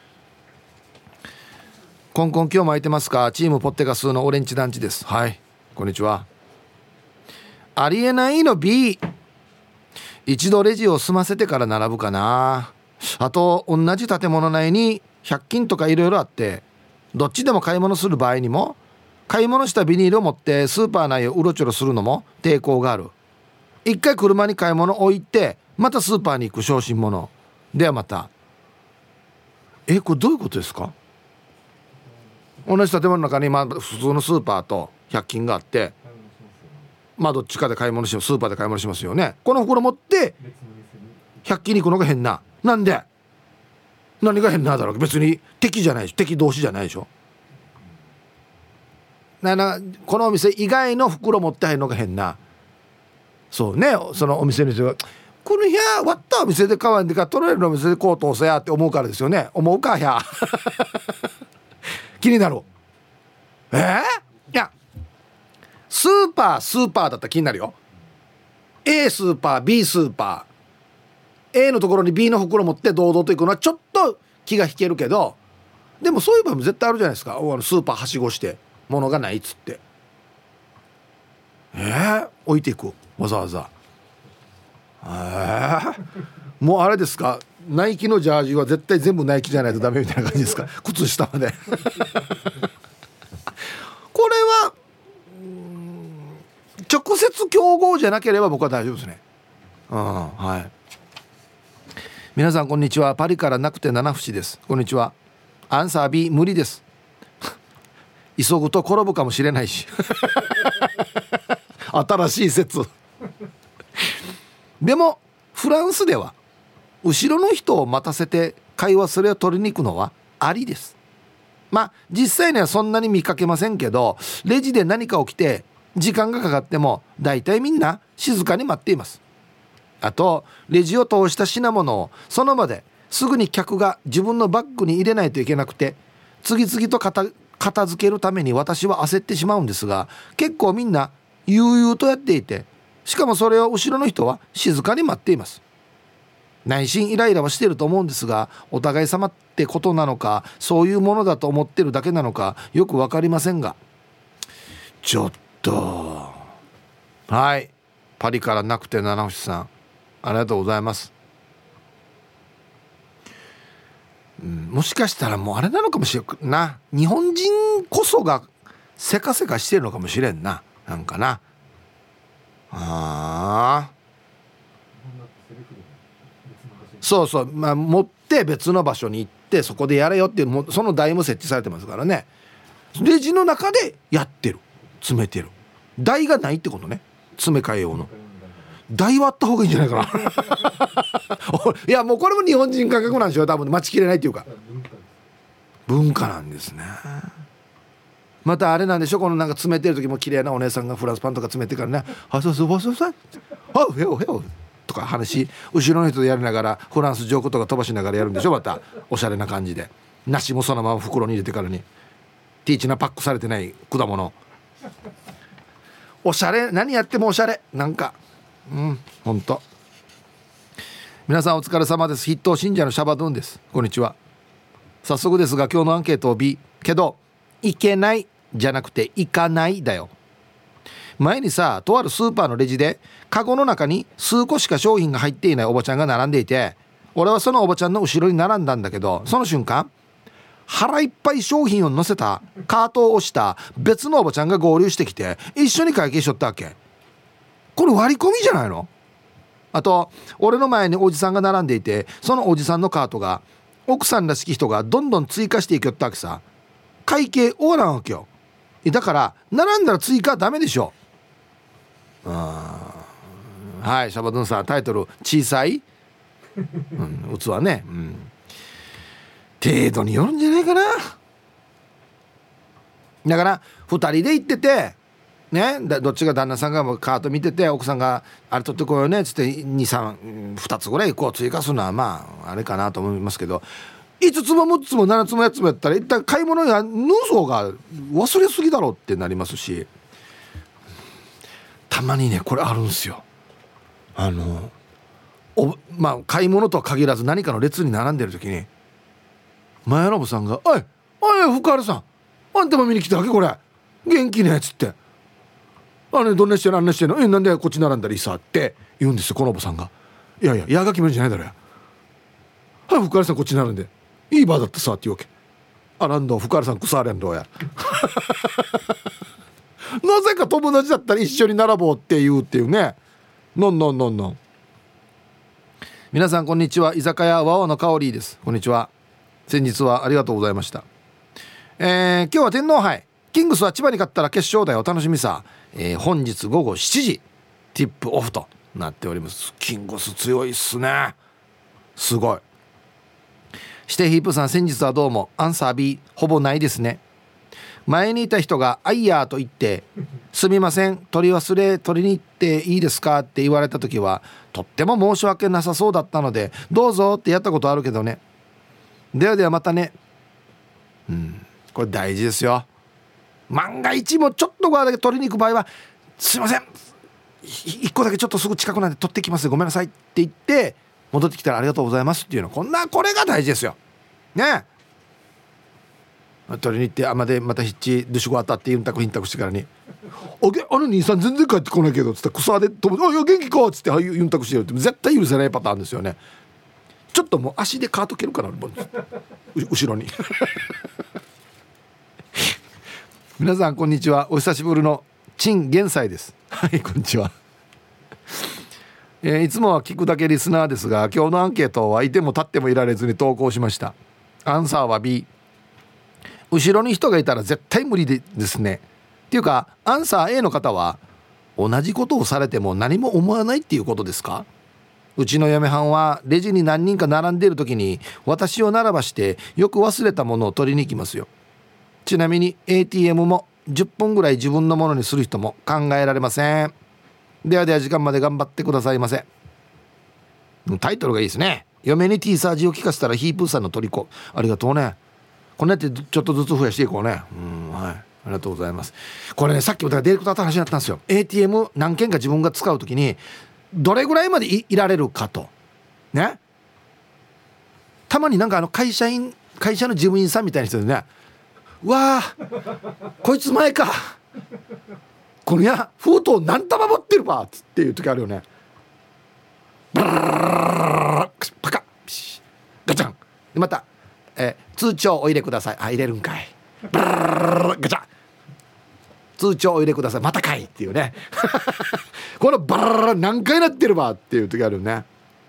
コンコン今日も空いてますか？チームポッテガスのオレンジ団地です。はい、こんにちは。ありえないの B、 一度レジを済ませてから並ぶかな。あと同じ建物内にひゃく均とかいろいろあってどっちでも買い物する場合にも買い物したビニールを持ってスーパー内をうろちょろするのも抵抗がある。一回車に買い物置いてまたスーパーに行く小心者ではまた。えこれどういうことですか？同じ建物の中にまあ普通のスーパーとひゃく均があってまあどっちかで買い物します。スーパーで買い物しますよね。この袋持ってひゃく均に行くのが変な。なんで何が変なだろう。別に敵じゃないでしょ。敵同士じゃないでしょ。ななこのお店以外の袋持って入るのが変な。そうね、そのお店の人がこの部屋割ったお店で買わんでか取られるお店でこう通せやって思うからですよね。思うかや気になる。えー、いやスーパースーパーだったら気になるよ。 A スーパー B スーパー A のところに B の袋持って堂々と行くのはちょっと気が引けるけど、でもそういう場合も絶対あるじゃないですか。あのスーパーはしごして物がないっつってえー、置いていくわざわざ。えー、もうあれですか、ナイキのジャージは絶対全部ナイキじゃないとダメみたいな感じですか？靴下までこれは直接競合じゃなければ僕は大丈夫ですね。うん、はい。皆さんこんにちは。パリからなくて七節です。こんにちは。アンサー B 無理です急ぐと転ぶかもしれないし新しい説でもフランスでは後ろの人を待たせて買い忘れを取りに行くのはありです。まあ実際にはそんなに見かけませんけど、レジで何か起きて時間がかかってもだいたいみんな静かに待っています。あとレジを通した品物をその場ですぐに客が自分のバッグに入れないといけなくて次々と片片付けるために私は焦ってしまうんですが、結構みんな悠々とやっていて、しかもそれを後ろの人は静かに待っています。内心イライラはしていると思うんですが、お互い様ってことなのかそういうものだと思ってるだけなのかよく分かりませんが、ちょっとはいパリからなくて七星さんありがとうございます。うん、もしかしたらもうあれなのかもしれんな、日本人こそがせかせかしてるのかもしれんな。 なんかな。あそうそう、まあ、持って別の場所に行ってそこでやれよっていうもその台も設置されてますからね。レジの中でやってる、詰めてる。台がないってことね。詰め替え用の台はあった方がいいんじゃないかないやもうこれも日本人感覚なんでしょ多分。待ちきれないっていうか文化なんですね。またあれなんでしょ、このなんか詰めてる時も綺麗なお姉さんがフランスパンとか詰めてからね、あそうそうそうそうあうへおへおとか話、後ろの人でやりながらフランスジョークとか飛ばしながらやるんでしょ。またおしゃれな感じで、梨もそのまま袋に入れてからにティーチなパックされてない果物、おしゃれ、何やってもおしゃれなんか、うんほんと。皆さんお疲れ様です。筆頭信者のシャバドゥンです。こんにちは。早速ですが今日のアンケートを B けどいけないじゃなくて行かないだよ。前にさ、とあるスーパーのレジでカゴの中に数個しか商品が入っていないおばちゃんが並んでいて、俺はそのおばちゃんの後ろに並んだんだけど、その瞬間腹いっぱい商品を乗せたカートを押した別のおばちゃんが合流してきて一緒に会計しとったわけ。これ割り込みじゃないの。あと俺の前におじさんが並んでいて、そのおじさんのカートが奥さんらしき人がどんどん追加していきよったわけさ。会計終わらんわけよ。だから並んだら追加はダメでしょ。あはいシャバドゥンさんタイトル小さい、うん、器ね、うん、程度によるんじゃないかな。だからふたりで行っててね、どっちが旦那さんがカート見てて奥さんがあれ取ってこようねっつってにさんふたつぐらいこう追加するのはまああれかなと思いますけど、いつつもむっつもななつもやっつもやったら一旦買い物やヌーソーが忘れすぎだろうってなりますし、たまにねこれあるんですよ。あのおまあ買い物とは限らず何かの列に並んでる時に前のおばさんが「おいおい福原さんあんたも見に来たわけこれ元気ね」っつって「あれどんなしてんのあんなしてんのえなんでこっち並んだりさ」って言うんですよ。このおばさんが「いやいや矢が決めるんじゃないだろや。はい福原さんこっち並んでいいバーだってさ」って言うわけ。あなんだ福原さん腐れんどうやなぜか友達だったら一緒に並ぼうって言うっていうね。のんのんのんのん。皆さんこんにちは。居酒屋ワオの香りです。こんにちは。先日はありがとうございました。えー、今日は天皇杯キングスは千葉に勝ったら決勝だよ楽しみさ、えー、本日午後しちじティップオフとなっております。キングス強いっすね。すごい。してヒープさん先日はどうも。アンサー B ほぼないですね。前にいた人がアイヤーと言ってすみません取り忘れ取りに行っていいですかって言われた時はとっても申し訳なさそうだったのでどうぞってやったことあるけどね。ではではまたね。うんこれ大事ですよ。万が一もちょっと側だけ取りに行く場合はすいません一個だけちょっとすぐ近くなんで取ってきますごめんなさいって言って戻ってきたらありがとうございますっていうのこんなこれが大事ですよね。取りに行ってあまでまたヒッチドゥシュゴあったってユンタクヒンタクしてからにおげあの兄さん全然帰ってこないけどつって草で飛ぶあいや元気かっつってユンタクしてるって絶対許せないパターンですよね。ちょっともう足でカート蹴るから後ろに皆さんこんにちは。お久しぶりの陳元斎です。はいこんにちは、えー、いつもは聞くだけリスナーですが今日のアンケートはいても立ってもいられずに投稿しました。アンサーは B 後ろに人がいたら絶対無理でですね。っていうかアンサー A の方は同じことをされても何も思わないっていうことですか。うちの嫁はんはレジに何人か並んでいる時に私を並ばしてよく忘れたものを取りに行きますよ。ちなみに エーティーエム もじゅっぷんぐらい自分のものにする人も考えられません。ではでは時間まで頑張ってくださいませ。タイトルがいいですね。嫁に T サージを聞かせたらヒープーさんの虜。ありがとうね。こんなやってちょっとずつ増やしていこうね。うんはいありがとうございます。これねさっきもディレクターと話になったんですよ。 エーティーエム 何件か自分が使うときにどれぐらいまで い, いられるかとね。たまになんかあの会社員会社の事務員さんみたいな人でねわあこいつ前かこのや封筒何束持ってるわつっていう時あるよね。ブルルルルルパカッガチャンでまた、えー、通帳お入れください。あ入れるんかいブルルルルガチャ通帳を入れください、またかいっていうねこのバラララ何回なってるわっていう時あるよね。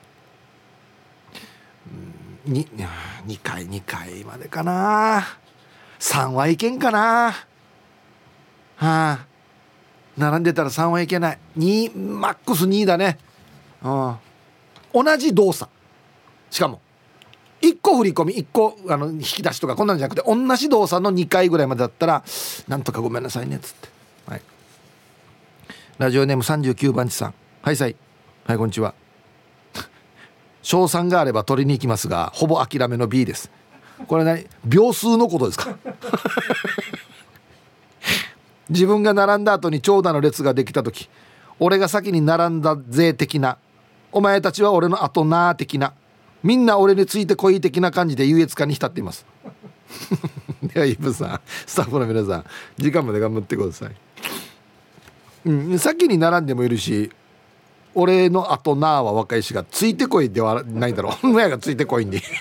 ににかいにかいまでかな、さんはいけんかな、はあ、並んでたらさんはいけない、にマックスにだね、うん、同じ動作、しかもいっこ振り込みいっこあの引き出しとかこんなんじゃなくて同じ動作のにかいぐらいまでだったらなんとかごめんなさいねっつって、はい、ラジオネームさんじゅうきゅうばんちさん、はいさい、はいこんにちは。賞賛があれば取りに行きますがほぼ諦めの B です。これ何秒数のことですか自分が並んだ後に長蛇の列ができた時、俺が先に並んだぜ的な、お前たちは俺の後なー的な、みんな俺についてこい的な感じで優越感に浸っていますではイブさん、スタッフの皆さん、時間まで頑張ってください。うん、先に並んでもいるし、俺の後なーは若いしがついてこいではないだろう親がついてこいんでい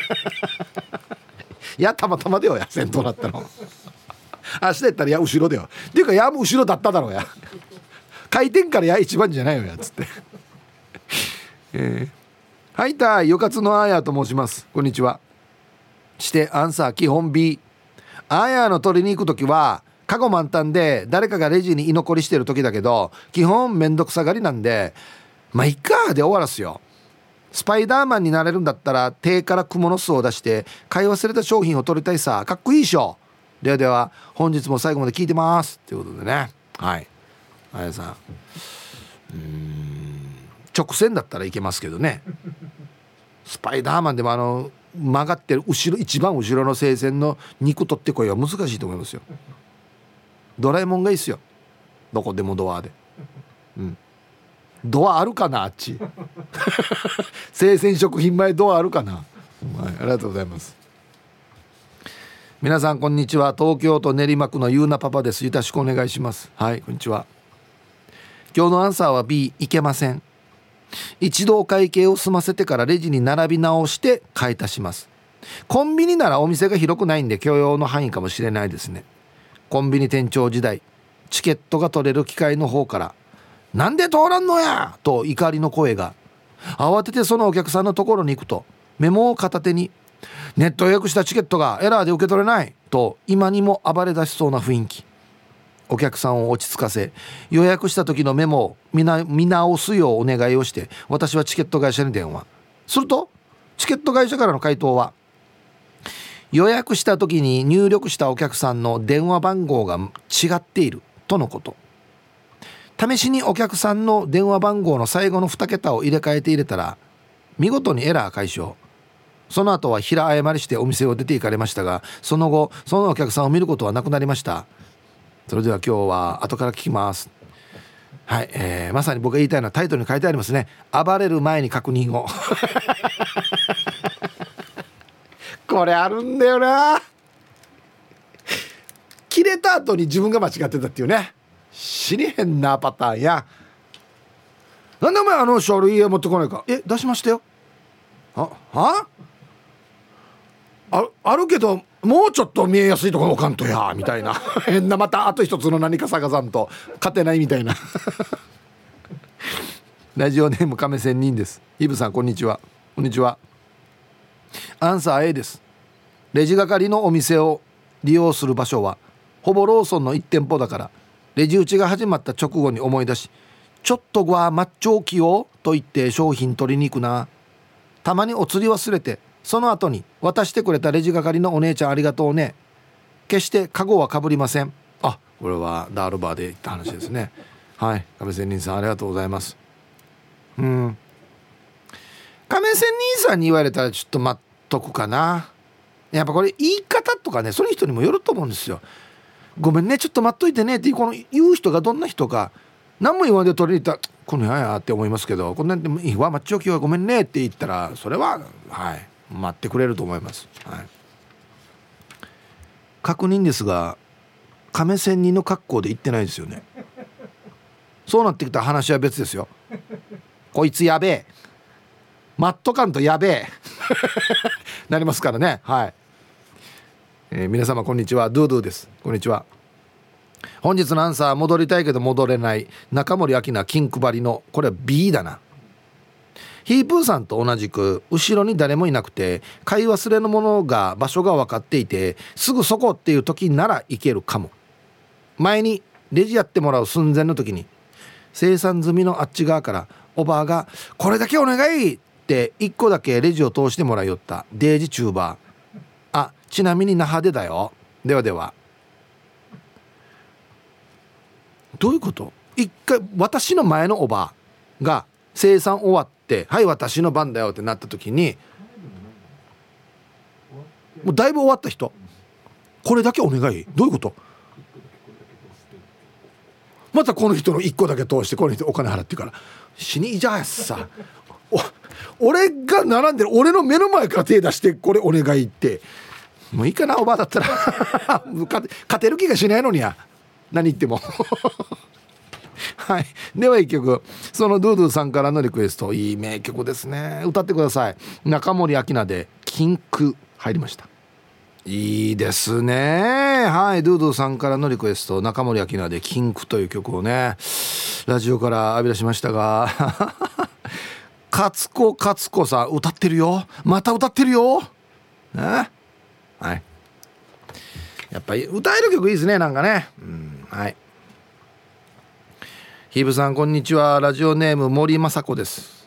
やたまたまでよや、先頭だったの明日やったらいや後ろでよっていうか、やも後ろだっただろうや回転からや一番じゃないよやつってえー、はいたいよかつのあやと申します。こんにちは。してアンサー基本 B。 あやの取りに行くときはカゴ満タンで誰かがレジに居残りしてる時だけど、基本めんどくさがりなんでまあいっかで終わらすよ。スパイダーマンになれるんだったら手から蜘蛛の巣を出して買い忘れた商品を取りたいさ、かっこいいでしょ。ではでは本日も最後まで聞いてますということでね、はい、あやさん、うーん直線だったらいけますけどねスパイダーマンでもあの曲がってる後ろ一番後ろの聖線の肉取ってこいは難しいと思いますよ。ドラえもんがいいっすよ、どこでもドアで、うん、ドアあるかなあっち生鮮食品前ドアあるかな、はい、ありがとうございます。皆さんこんにちは、東京都練馬区のゆうなパパです。よろしくお願いします。はいこんにちは。今日のアンサーは B、 いけません。一度お会計を済ませてからレジに並び直して買い足します。コンビニならお店が広くないんで許容の範囲かもしれないですね。コンビニ店長時代、チケットが取れる機械の方からなんで通らんのやと怒りの声が。慌ててそのお客さんのところに行くとメモを片手にネット予約したチケットがエラーで受け取れないと今にも暴れ出しそうな雰囲気。お客さんを落ち着かせ予約した時のメモを見な見直すようお願いをして、私はチケット会社に電話するとチケット会社からの回答は、予約した時に入力したお客さんの電話番号が違っているとのこと。試しにお客さんの電話番号の最後のに桁を入れ替えて入れたら見事にエラー解消。その後は平謝りしてお店を出て行かれましたが、その後そのお客さんを見ることはなくなりました。それでは今日は後から聞きます。はい、えー、まさに僕が言いたいのはタイトルに書いてありますね。暴れる前に確認をこれあるんだよな。切れた後に自分が間違ってたっていうね、知りへんなパターンや。なんでお前あの書類持ってこないか。え出しましたよ。あはああるけどもうちょっと見えやすいところ置かんとやみたいな変な、またあと一つの何か探さんと勝てないみたいなラジオネーム亀仙人です。イブさんこんにちは。こんにちは。アンサー A です。レジ係のお店を利用する場所はほぼローソンのいち店舗だから、レジ打ちが始まった直後に思い出し、ちょっとごはマッチョ起用と言って商品取りに行くな。たまにお釣り忘れてその後に渡してくれたレジ係のお姉ちゃんありがとうね。決してカゴはかぶりません。あ、これはダールバーで言った話ですね。はい、亀仙人さんありがとうございます。うん、亀仙人さんに言われたらちょっと待っとくかな。やっぱこれ言い方とかね、その人にもよると思うんですよ。ごめんねちょっと待っといてねってこの言う人がどんな人か、何も言わんで取りに行ったらこのややって思いますけど、こんなんでもいいわマッチョキはごめんねって言ったらそれははい待ってくれると思います。はい、確認ですが亀仙人の格好で行ってないですよね。そうなってきたら話は別ですよ。こいつやべえマット感とやべえなりますからね。はい、えー、皆様こんにちは、ドゥドゥです。こんにちは。 本日のアンサー、戻りたいけど戻れない中森明菜金配りの、これは ビー だな。ヒープーさんと同じく後ろに誰もいなくて買い忘れのものが場所が分かっていてすぐそこっていう時ならいけるかも。前にレジやってもらう寸前の時に生産済みのあっち側からおばあがこれだけお願いっていっこだけレジを通してもらいよったデージチューバー。あ、ちなみに那覇でだよ。ではでは。どういうこと？一回私の前のおばあが生産終わってはい私の番だよってなった時にもうだいぶ終わった人これだけお願い、どういうこと？またこの人のいっこだけ通してこの人お金払ってから死にいじゃやさお俺が並んでる俺の目の前から手出してこれお願いってもういいかなおばあだったら勝てる気がしないのにや何言ってもはい、では一曲、そのドゥドゥさんからのリクエスト、いい名曲ですね、歌ってください。中森明菜で禁句入りました。いいですね。はい、ドゥドゥさんからのリクエスト、中森明菜で禁句という曲をねラジオから浴び出しましたが勝子勝子さん歌ってるよ、また歌ってるよ、ね、はい、やっぱり歌える曲いいですね、なんかね、うん、はい。ヒーブさんこんにちは、ラジオネーム森雅子です。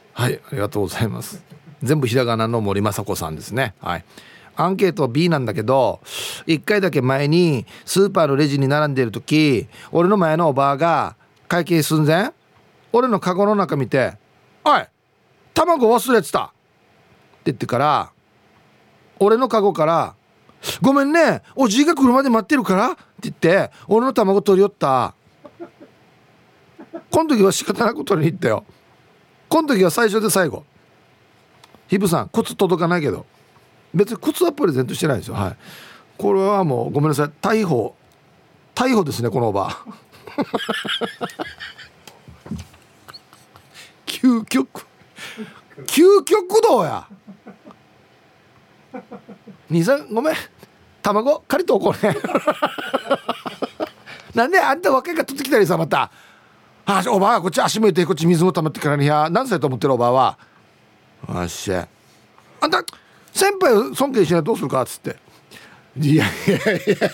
はい、ありがとうございます。全部ひらがなの森雅子さんですね。はい、アンケート ビー なんだけどいっかいだけ前にスーパーのレジに並んでいる時俺の前のおばあが会計寸前俺のカゴの中見ておい卵忘れてたって言ってから俺のカゴからごめんねおじいが来るまで待ってるからって言って俺の卵取り寄った。この時は仕方なく取りに行ったよ。この時は最初で最後。ヒブさん靴届かないけど別に靴はプレゼントしてないんですよ。はい、これはもうごめんなさい、逮捕逮捕ですねこのおば究極究極道や兄さんごめん卵借りとこうねなんであんた若いから取ってきたりさまたあおばあこっち足向いてこっち水も溜まってからにや何歳と思ってるおばあはあっしゃあんた先輩を尊敬しないとどうするかっつっていやいやいやいや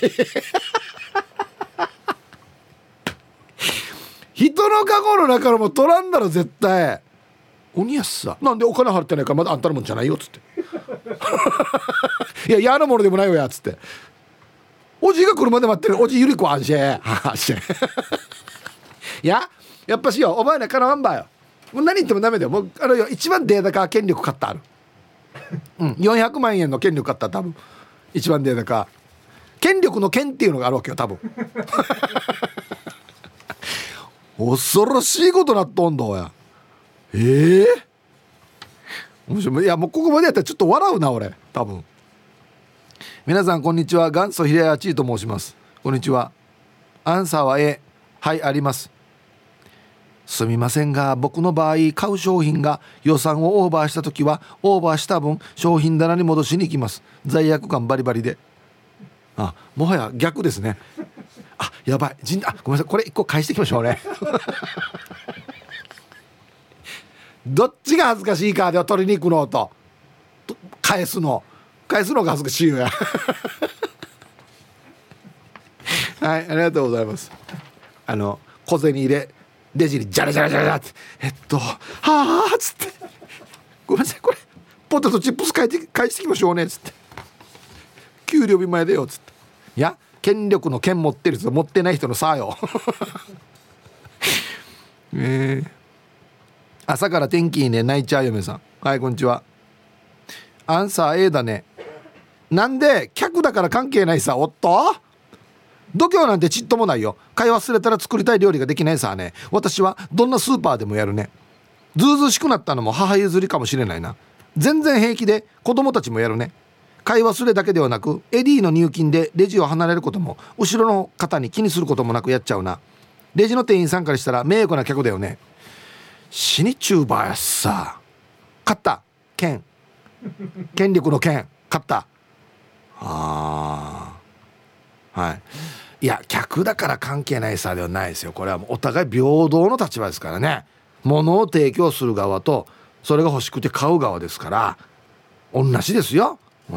人のカゴの中からも取らんだろ絶対。鬼やすさなんでお金払ってないからまだあんたのもんじゃないよっつっていや嫌なものでもないよやっつっておじいが来るまで待ってるおじゆりこあんしゃあしゃいややっぱしよお前らかなわんばよもう何言ってもダメだよ。もうあのよ一番データか権力買ったあるうん、よんひゃくまんえんの権力買った多分一番データか権力の権っていうのがあるわけよ多分恐ろしいことなっとんどや。えー、面白い。いやもうここまでやったらちょっと笑うな俺多分。皆さんこんにちは、元祖ヒレアチーと申します。こんにちは。アンサーは A。 はいあります。すみませんが僕の場合買う商品が予算をオーバーした時はオーバーした分商品棚に戻しに行きます。罪悪感バリバリで。あもはや逆ですね。あやばいじんあごめんなさいこれ一個返していきましょうねどっちが恥ずかしいかでは取りに行くのと返すの返すのが恥ずかしいよやはいありがとうございます。あの小銭入れレジにジャラジャラジャラってえっとはあっつってごめんなさいこれポテトチップス返して返してきましょうねっつって給料日前だよっつっていや権力の権持ってる人持ってない人の差よえー、朝から天気いいね泣いちゃう嫁さん。はいこんにちは。アンサー A だね。なんで客だから関係ないさおっと度胸なんてちっともないよ。買い忘れたら作りたい料理ができないさね。私はどんなスーパーでもやるね。ずうずうしくなったのも母譲りかもしれないな。全然平気で子供たちもやるね。買い忘れだけではなくエディの入金でレジを離れることも後ろの方に気にすることもなくやっちゃうな。レジの店員さんからしたら迷惑な客だよね。死にチューバーやっさ。勝った剣権力の剣勝った。あーはいいや客だから関係ないさではないですよ。これはもうお互い平等の立場ですからね。物を提供する側とそれが欲しくて買う側ですから同じですよ。うん、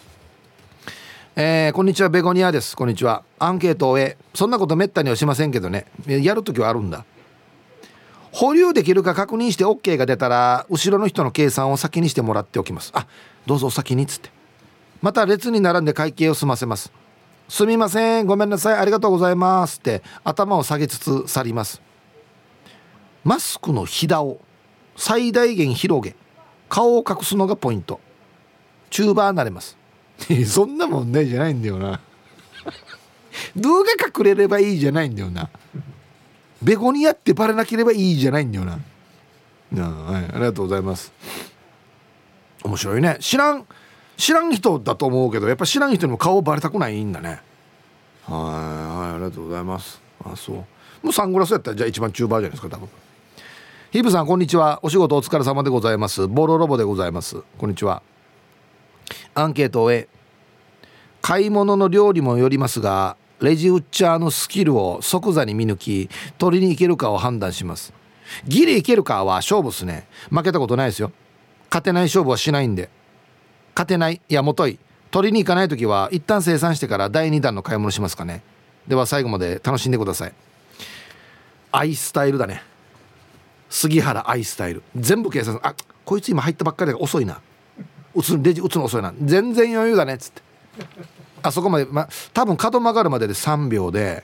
えー、こんにちはベゴニアです。こんにちは。アンケートを終え、そんなことめったにはしませんけどね、やるときはあるんだ。保留できるか確認して OK が出たら後ろの人の計算を先にしてもらっておきます。あ、どうぞお先にっつって、また列に並んで会計を済ませます。すみません、ごめんなさい、ありがとうございますって頭を下げつつ去ります。マスクのひだを最大限広げ顔を隠すのがポイント。チューバーなれますそんな問題じゃないんだよな動画隠れればいいじゃないんだよな。ベゴニアってバレなければいいじゃないんだよな。はい、ありがとうございます。面白いね。知らん知らん人だと思うけどやっぱ知らん人にも顔バレたくないんだね。はい、はい、ありがとうございます。あ、そう、もうサングラスやったらじゃあ一番チューバーじゃないですか多分。ヒブさんこんにちは。お仕事お疲れ様でございます。ボロロボでございます。こんにちは。アンケートを終え、買い物の料理もよりますがレジウッチャーのスキルを即座に見抜き取りに行けるかを判断します。ギリいけるかは勝負っすね。負けたことないですよ。勝てない勝負はしないんで。勝てない、いやもとい取りに行かないときは一旦生産してからだいにだんの買い物しますかね。では最後まで楽しんでください。アイスタイルだね。杉原アイスタイル全部計算。あ、こいつ今入ったばっかりで遅いな、打つレジ打つの遅いな、全然余裕だねっつってあそこまで、ま、多分角曲がるまででさんびょうで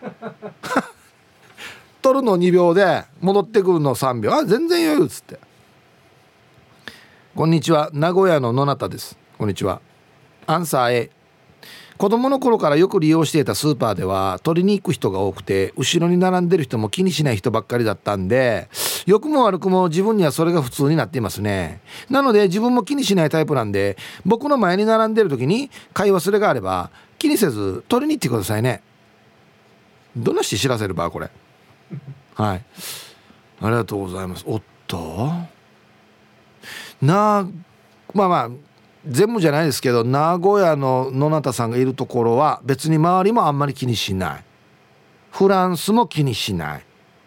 取るのにびょうで戻ってくるのさんびょう、あ、全然余裕っつって。こんにちは、名古屋の野中です。こんにちは。アンサー A。 子供の頃からよく利用していたスーパーでは取りに行く人が多くて後ろに並んでる人も気にしない人ばっかりだったんで良くも悪くも自分にはそれが普通になっていますね。なので自分も気にしないタイプなんで僕の前に並んでる時に買い忘れがあれば気にせず取りに行ってくださいね。どんなして知らせればこれはい、ありがとうございます。おっとなあ、まあまあ全部じゃないですけど名古屋の野中さんがいるところは別に周りもあんまり気にしない。フランスも気にしない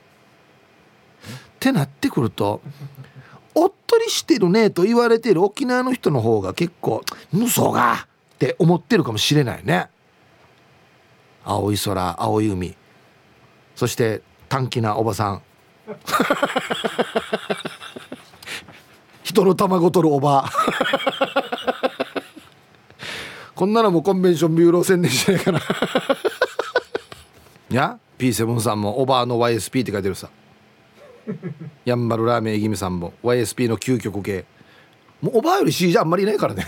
ってなってくるとおっとりしてるねと言われている沖縄の人の方が結構嘘がって思ってるかもしれないね。青い空、青い海、そして短気なおばさん人の卵取るおばこんなのもコンベンションビューロー宣伝しないかないや ピーセブン さんもおばあの ワイエスピー って書いてるさやんばるラーメンえぎみさんも ワイエスピー の究極系。もうおばあより C じゃあんまりいないからね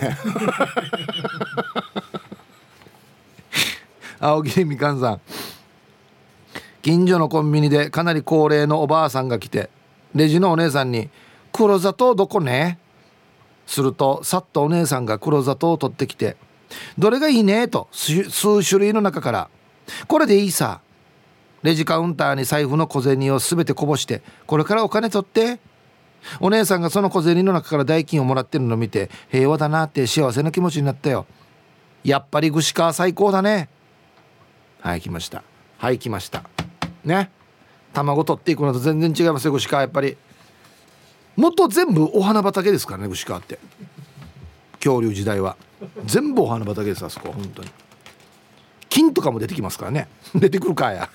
青桐みかんさん、近所のコンビニでかなり高齢のおばあさんが来てレジのお姉さんに黒砂糖どこねするとさっとお姉さんが黒砂糖を取ってきてどれがいいねと数種類の中からこれでいいさ。レジカウンターに財布の小銭をすべてこぼしてこれからお金取って。お姉さんがその小銭の中から代金をもらってるのを見て平和だなって幸せな気持ちになったよ。やっぱり串川最高だね。はい来ました、はい来ましたね。卵取っていくのと全然違いますよ串川。やっぱりもっと全部お花畑ですからね串川って。恐竜時代は全部お花畑です。あそこ本当に金とかも出てきますからね出てくるかや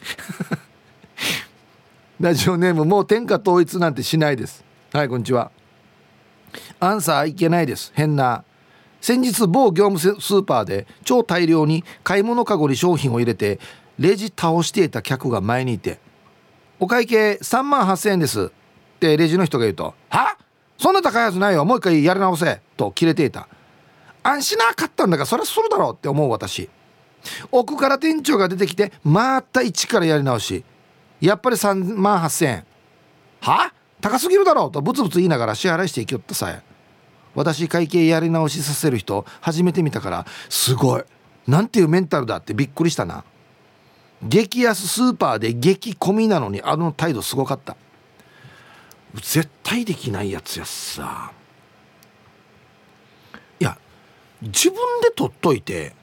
ラジオネームもう天下統一なんてしないです。はいこんにちは。アンサーいけないです。変な。先日某業務スーパーで超大量に買い物かごに商品を入れてレジ倒していた客が前にいてお会計さんまんはっせんえんですってレジの人が言うとはそんな高いやつないよもう一回やり直せとキレていた。安心なかったんだからそれはするだろうって思う私。奥から店長が出てきてまた一からやり直しやっぱりさんまんはっせんえんは高すぎるだろうとブツブツ言いながら支払いしていきよったさえ。私会計やり直しさせる人初めて見たからすごいなんていうメンタルだってびっくりしたな。激安スーパーで激混みなのにあの態度すごかった。絶対できないやつやさ。いや自分で取っといて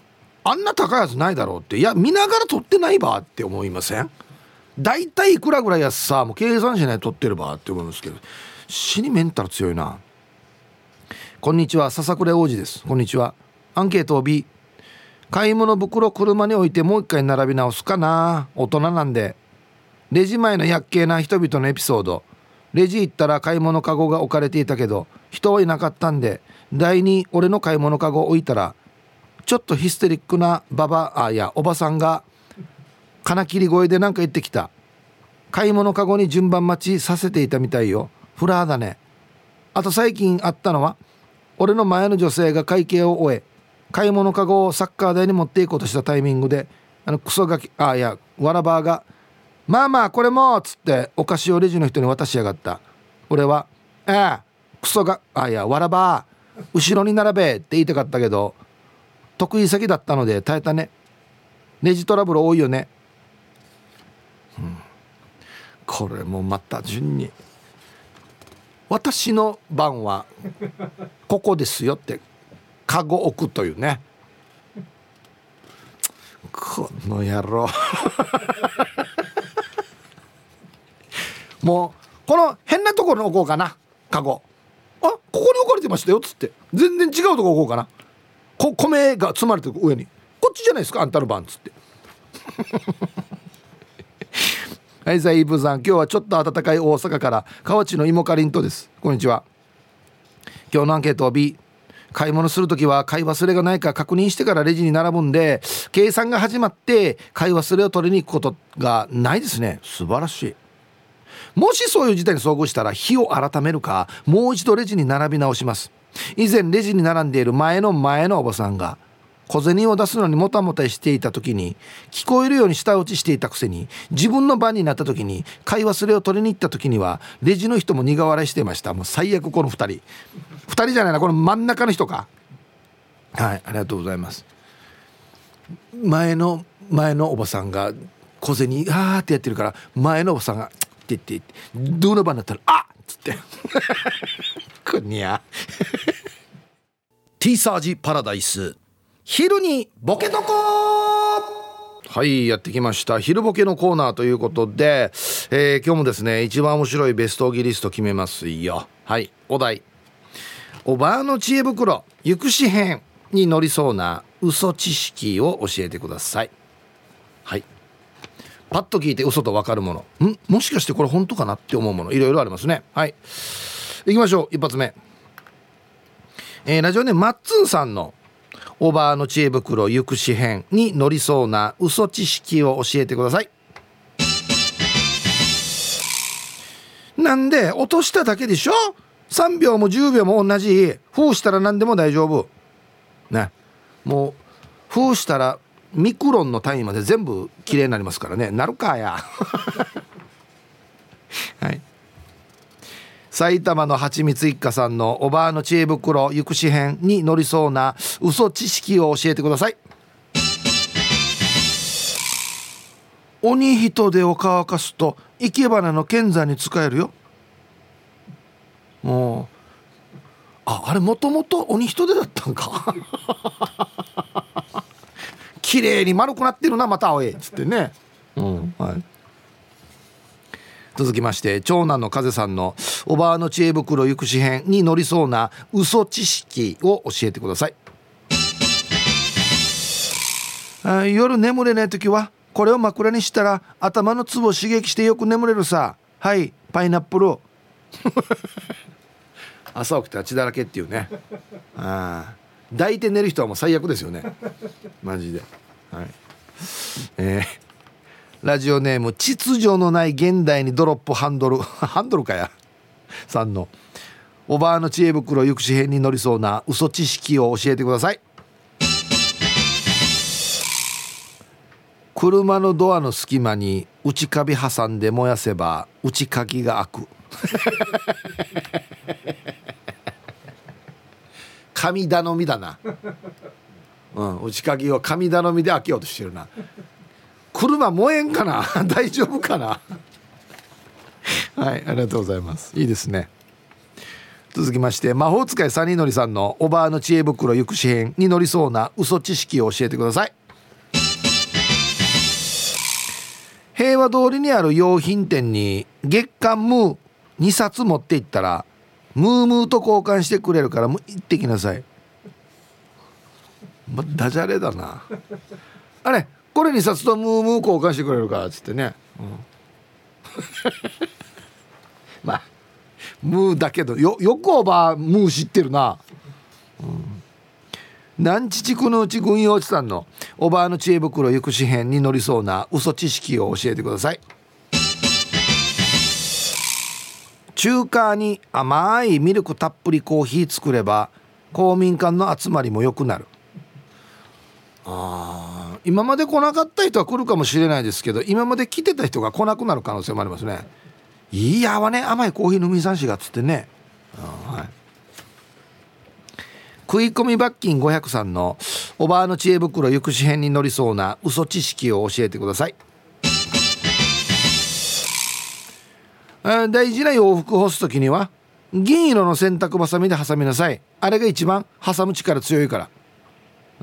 あんな高いやつないだろうって、いや見ながら取ってないばって思いません？だいたいいくらぐらいやさ、もう計算しないと取ってるばって思いますけど、死にメンタル強いな。こんにちは、笹倉王子です。こんにちは。アンケートを B、 買い物袋車に置いてもう一回並び直すかな。大人なんで。レジ前のやっけーな人々のエピソード。レジ行ったら買い物カゴが置かれていたけど人はいなかったんで、台に俺の買い物カゴを置いたらちょっとヒステリックなババあいやおばさんが金切り声でなんか言ってきた。買い物カゴに順番待ちさせていたみたいよ。フラーだね。あと最近あったのは、俺の前の女性が会計を終え買い物カゴをサッカー台に持っていこうとしたタイミングで、あのクソガキあいやわらばーがまあまあこれもっつってお菓子をレジの人に渡しやがった。俺はええクソがあいやわらばー後ろに並べって言いたかったけど得意先だったので耐えたね。レジトラブル多いよね、うん、これもまた順に私の番はここですよってカゴ置くというね。この野郎もうこの変なところに置こうかな。カゴあここに置かれてましたよっつって全然違うとこ置こうかな。こ米が積まれてる上にこっちじゃないですかあんたの番っつってはいさあイブさん、今日はちょっと暖かい大阪から河内の芋かりんとです。こんにちは。今日のアンケートは B、 買い物するときは買い忘れがないか確認してからレジに並ぶんで計算が始まって買い忘れを取りに行くことがないですね。素晴らしい。もしそういう事態に遭遇したら日を改めるかもう一度レジに並び直します。以前レジに並んでいる前の前のおばさんが小銭を出すのにもたもたしていた時に聞こえるように舌打ちしていたくせに、自分の番になった時に買い忘れを取りに行った時にはレジの人も苦笑いしていました。もう最悪。このふたりふたりじゃないな、この真ん中の人か。はい、ありがとうございます。前の前のおばさんが小銭あーってやってるから前のおばさんがって言ってどの番だったらあっつってこにゃティーサージパラダイス昼にボケとこ。はい、やってきました昼ボケのコーナーということで、えー、今日もですね一番面白いベストオギリスト決めますよ。はい、お題、おばあの知恵袋行くし編に乗りそうな嘘知識を教えてください。はい、パッと聞いて嘘と分かるもの、んもしかしてこれ本当かなって思うものいろいろありますね。はい、行きましょう。一発目、えー、ラジオネームマッツンさんのおばあの知恵袋行くし編に乗りそうな嘘知識を教えてください。なんで落としただけでしょ。さんびょうもじゅうびょうも同じ。封したら何でも大丈夫ね。もう封したらミクロンの単位まで全部きれいになりますからね。なるかやはい、埼玉のはちみつ一家さんのおばあの知恵袋行くし編に乗りそうな嘘知識を教えてください。鬼人手を乾かすと生け花の剣山に使えるよ。もうああれもともと鬼人手だったんか綺麗に丸くなってるなまたおいっつってね、うんはい、続きまして長男の風さんのおばあの知恵袋行くし編に乗りそうな嘘知識を教えてください。あ夜眠れないときはこれを枕にしたら頭のツボを刺激してよく眠れるさ。はいパイナップル朝起きたら血だらけっていうね。あ抱いて寝る人はもう最悪ですよねマジで。はい、えー、ラジオネーム秩序のない現代にドロップハンドルハンドルかやさんのおばあの知恵袋行くし編に乗りそうな嘘知識を教えてください。車のドアの隙間に内カビ挟んで燃やせば内鍵が開く神頼みだな、うん、内鍵を神頼みで開けようとしてるな。車燃えんかな大丈夫かなはい、ありがとうございます。いいですね。 続きまして、魔法使いサニーのりさんのおばあの知恵袋行くし編に乗りそうな嘘知識を教えてください。平和通りにある用品店に月刊ムーにさつ持って行ったら、ムームーと交換してくれるから行ってきなさい。ま、ダジャレだな。あれこれにさつとムームー交換してくれるからっつってね、うん、まあムーだけど よ, よくおばあムー知ってるな、うん、南知地区のうち軍用地さんのおばあの知恵袋行くし編に乗りそうな嘘知識を教えてください。中華に甘いミルクたっぷりコーヒー作れば公民館の集まりも良くなる。あ、今まで来なかった人は来るかもしれないですけど、今まで来てた人が来なくなる可能性もありますね。いやわね、甘いコーヒー飲みさんしがっつってね、はい、食い込み罰金ごひゃくさんのおばあの知恵袋行くし編に乗りそうな嘘知識を教えてください。大事な洋服干すときには銀色の洗濯バサミで挟みなさい。あれが一番挟む力強いから。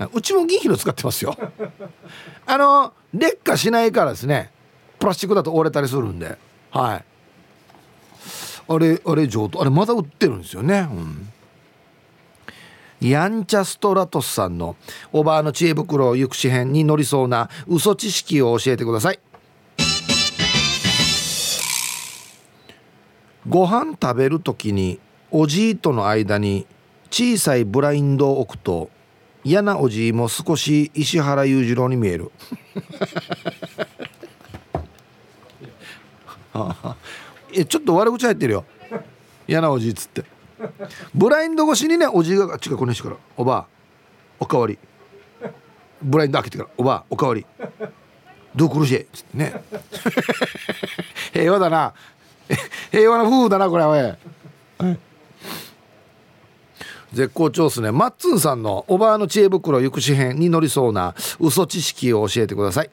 うちも銀色使ってますよ。あの劣化しないからですね。プラスチックだと折れたりするんで、はい、あれあれ上等、あれまだ売ってるんですよね、うん、やんちゃストラトスさんのおばあの知恵袋行くし編に乗りそうな嘘知識を教えてください。ご飯食べるときにおじいとの間に小さいブラインドを置くと嫌なおじいも少し石原裕次郎に見える。えちょっと悪口入ってるよ、嫌なおじいっつって。ブラインド越しにね、おじいが違うこの人からおばあおかわり、ブラインド開けてからおばあおかわりどう苦しいっつってね。平和だな、平和な夫婦だなこれは、はい、絶好調ですね。マッツンさんのおばあの知恵袋行くし編に乗りそうな嘘知識を教えてください。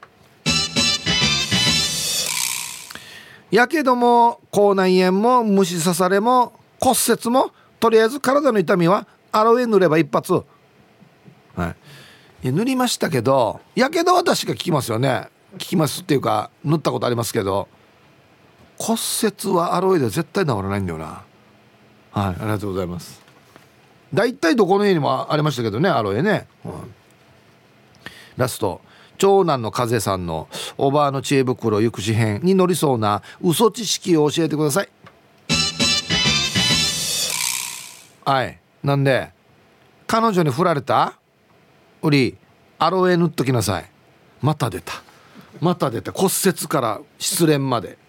やけども口内炎も虫刺されも骨折もとりあえず体の痛みはアロエ塗れば一発、はい、いや塗りましたけど、やけどは確か効きますよね。効きますっていうか塗ったことありますけど、骨折はアロエで絶対治らないんだよな。はい、ありがとうございます。だいたいどこの家にもありましたけどね、アロエね、うん、ラスト長男の風さんのおばあの知恵袋行くし編に乗りそうな嘘知識を教えてください。はい、なんで彼女に振られたうりアロエ塗っときなさい。また出たまた出た、骨折から失恋まで。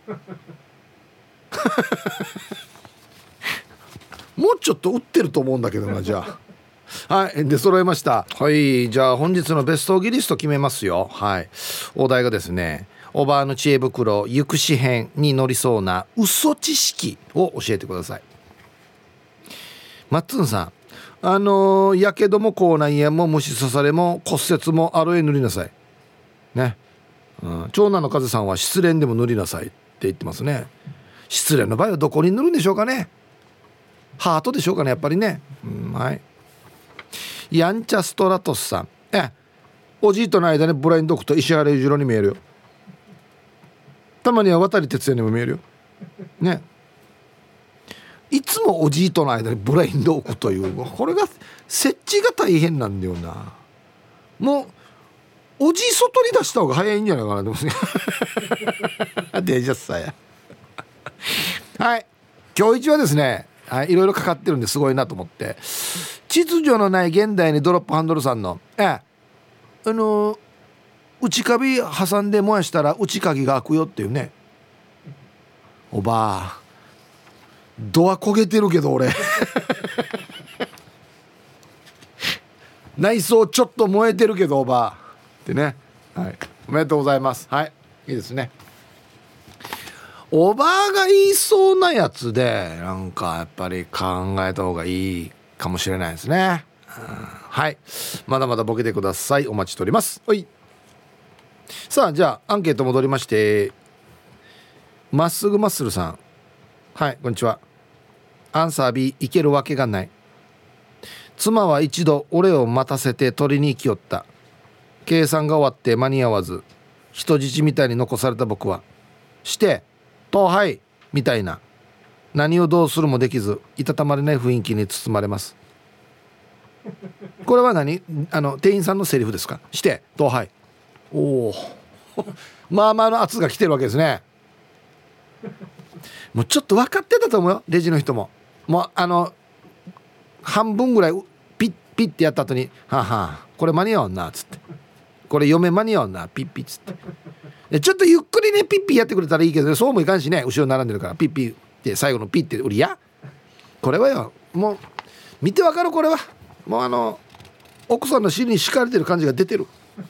もうちょっと売ってると思うんだけどな。じゃあはいで揃えました。はい、じゃあ本日のベストギリスト決めますよ。はい、お題がですね、おばあの知恵袋行くし編に乗りそうな嘘知識を教えてください。マッツンさん、あのー、やけども口内炎も虫刺されも骨折もアロエ塗りなさいね、うん、長男の風さんは失恋でも塗りなさいって言ってますね。失恋の場合はどこに塗るんでしょうかね。ハートでしょうかね、やっぱりね、うん、はい。やんちゃストラトスさん、えおじいとの間にブラインド置くと石原裕次郎に見えるよ。たまには渡哲也にも見えるよね。いつもおじいとの間にブラインド置くという、これが設置が大変なんだよな。もうおじい外に出した方が早いんじゃないかなと思います。デジャスさやはい、今日一はですね、はい、いろいろかかってるんですごいなと思って、秩序のない現代にドロップハンドルさんのえあの内カビ挟んで燃やしたら内鍵が開くよっていうね。おばあドア焦げてるけど俺内装ちょっと燃えてるけどおばあってね、はい、おめでとうございます。はい、いいですね。おばあが言いそうなやつでなんかやっぱり考えた方がいいかもしれないですね。はい、まだまだボケてください。お待ちしております。はい、さあじゃあアンケート戻りまして、まっすぐマッスルさん、はいこんにちは。 アンサー B、 行けるわけがない。妻は一度俺を待たせて取りに行きよった。計算が終わって間に合わず、人質みたいに残された僕はしてとはいみたいな、何をどうするもできずいたたまれない雰囲気に包まれます。これは何、あの店員さんのセリフですか？してとはい。おおまあまあの圧が来てるわけですね。もうちょっと分かってたと思うよ、レジの人も。もうあの半分ぐらいピッピッってやった後にはあ、はあ、これ間に合わんなっつって、これ嫁間に合わんなピッピッつってちょっとゆっくりねピッピッやってくれたらいいけど、ね、そうもいかんしね、後ろ並んでるからピッピッって最後のピッって売りや、これはよもう見てわかる、これはもうあの奥さんの尻に敷かれてる感じが出てる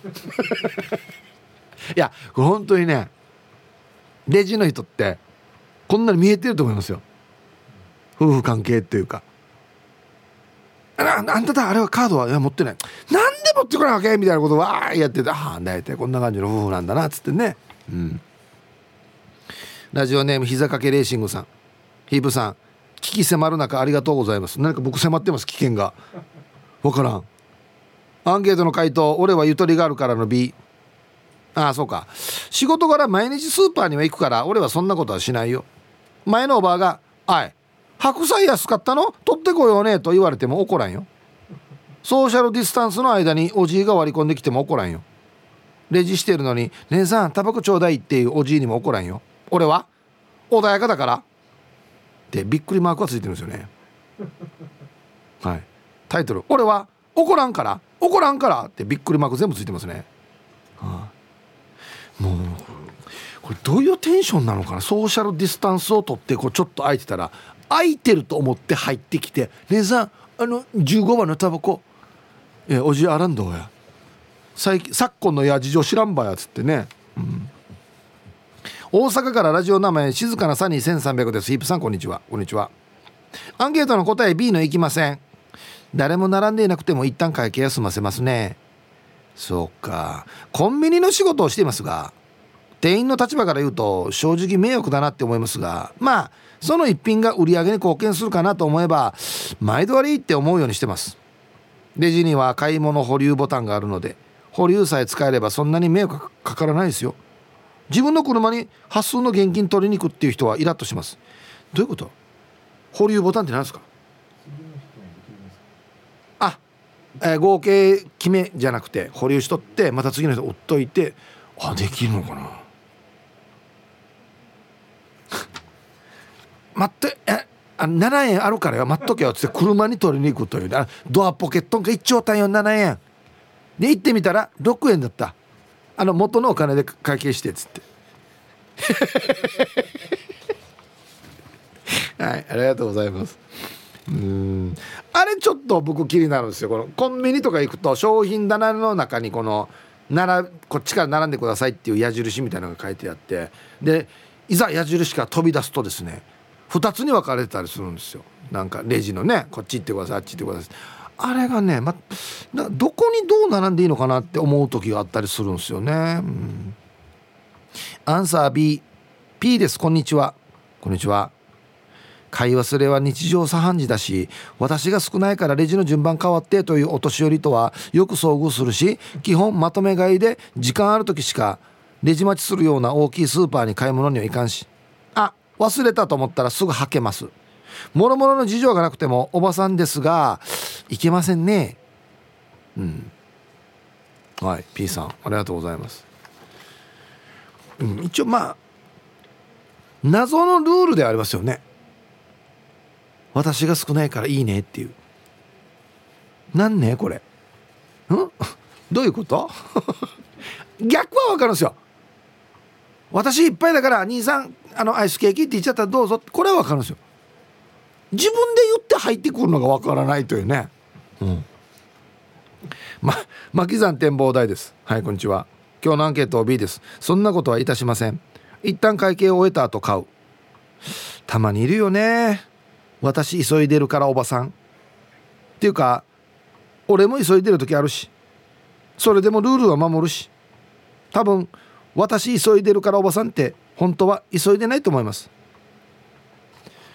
いやこれ本当にね、レジの人ってこんなに見えてると思いますよ、夫婦関係っていうか。あ, あんただあれはカードはいや持ってない、なんで持ってこないわけみたいなことをわーやってて、ああ大体こんな感じの夫婦なんだなっつってね、うん。ラジオネーム膝掛けレーシングさん、ヒープさん、危機迫る中ありがとうございます。何か僕迫ってます、危険がわからん。アンケートの回答、俺はゆとりがあるからの B。 ああそうか、仕事柄毎日スーパーには行くから俺はそんなことはしないよ。前のおばあがあい白菜安かったの取ってこようねと言われても怒らんよ。ソーシャルディスタンスの間におじいが割り込んできても怒らんよ。レジしてるのに姉さんタバコちょうだいっていうおじいにも怒らんよ。俺は穏やかだからってびっくりマークがついてるんですよね。はい、タイトル、俺は怒らんから怒らんからってびっくりマーク全部ついてますね。はあ、もうこれどういうテンションなのかな。ソーシャルディスタンスを取ってこうちょっと空いてたら、空いてると思って入ってきて、姉さんあのじゅうごばんのタバコえおじあらんどうや最近昨今のや事情知らんばやつってね、うん、大阪からラジオ名前静かなサニーせんさんびゃくです。ヒープさんこんにちは。こんにちは。アンケートの答え B のいきません。誰も並んでいなくても一旦会計は済ませますね。そうか、コンビニの仕事をしていますが、店員の立場から言うと正直迷惑だなって思いますが、まあその一品が売り上げに貢献するかなと思えば毎度悪いって思うようにしてます。レジには買い物保留ボタンがあるので、保留さえ使えればそんなに迷惑かからないですよ。自分の車に端数の現金取りに行くっていう人はイラッとします。どういうこと？保留ボタンって何ですか？あ、えー、合計決めじゃなくて保留しとってまた次の人追っといて、あできるのかな待ってえあななえんあるからよ待っとけよっつって車に取りに行くという、あドアポケットが一丁単よななえんで行ってみたらろくえんだった。あの元のお金で会計してっつってはいありがとうございます。うーんあれちょっと僕気になるんですよ。このコンビニとか行くと商品棚の中にこのならこっちから並んでくださいっていう矢印みたいなのが書いてあって、でいざ矢印から飛び出すとですねふたつに分かれてたりするんですよ。なんかレジのねこっち行ってくださいあっち行ってください、あれがね、ま、どこにどう並んでいいのかなって思う時があったりするんですよね、うん、アンサー B、 P です。こんにちは。こんにちは。買い忘れは日常茶飯事だし、私が少ないからレジの順番変わってというお年寄りとはよく遭遇するし、基本まとめ買いで時間ある時しかレジ待ちするような大きいスーパーに買い物には行かんし、あ忘れたと思ったらすぐはけます。もろもろの事情がなくてもおばさんですがいけませんね。うんはい P さんありがとうございます、うん、一応まあ謎のルールでありますよね。私が少ないからいいねっていう、なんねこれんどういうこと逆は分かるんですよ。私いっぱいだから兄さんあのアイスケーキって言っちゃったらどうぞ、これは分かるんですよ。自分で言って入ってくるのが分からないというね、うんま、巻山展望台です。はいこんにちは。今日のアンケート B です。そんなことはいたしません。一旦会計を終えた後買う。たまにいるよね、私急いでるからおばさんっていうか俺も急いでる時あるし、それでもルールは守るし、多分私急いでるからおばさんって本当は急いでないと思います。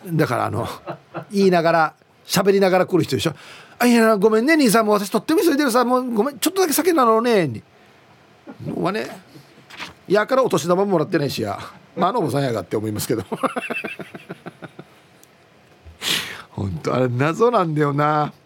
だからあの言いながら喋りながら来る人でしょ。あ、いやごめんね兄さん、もう私とっても急いでるさ、もうごめんちょっとだけ酒なのねにはね、やからお年玉もらってないしや、まあ、あのおばさんやがって思いますけど本当あれ謎なんだよな。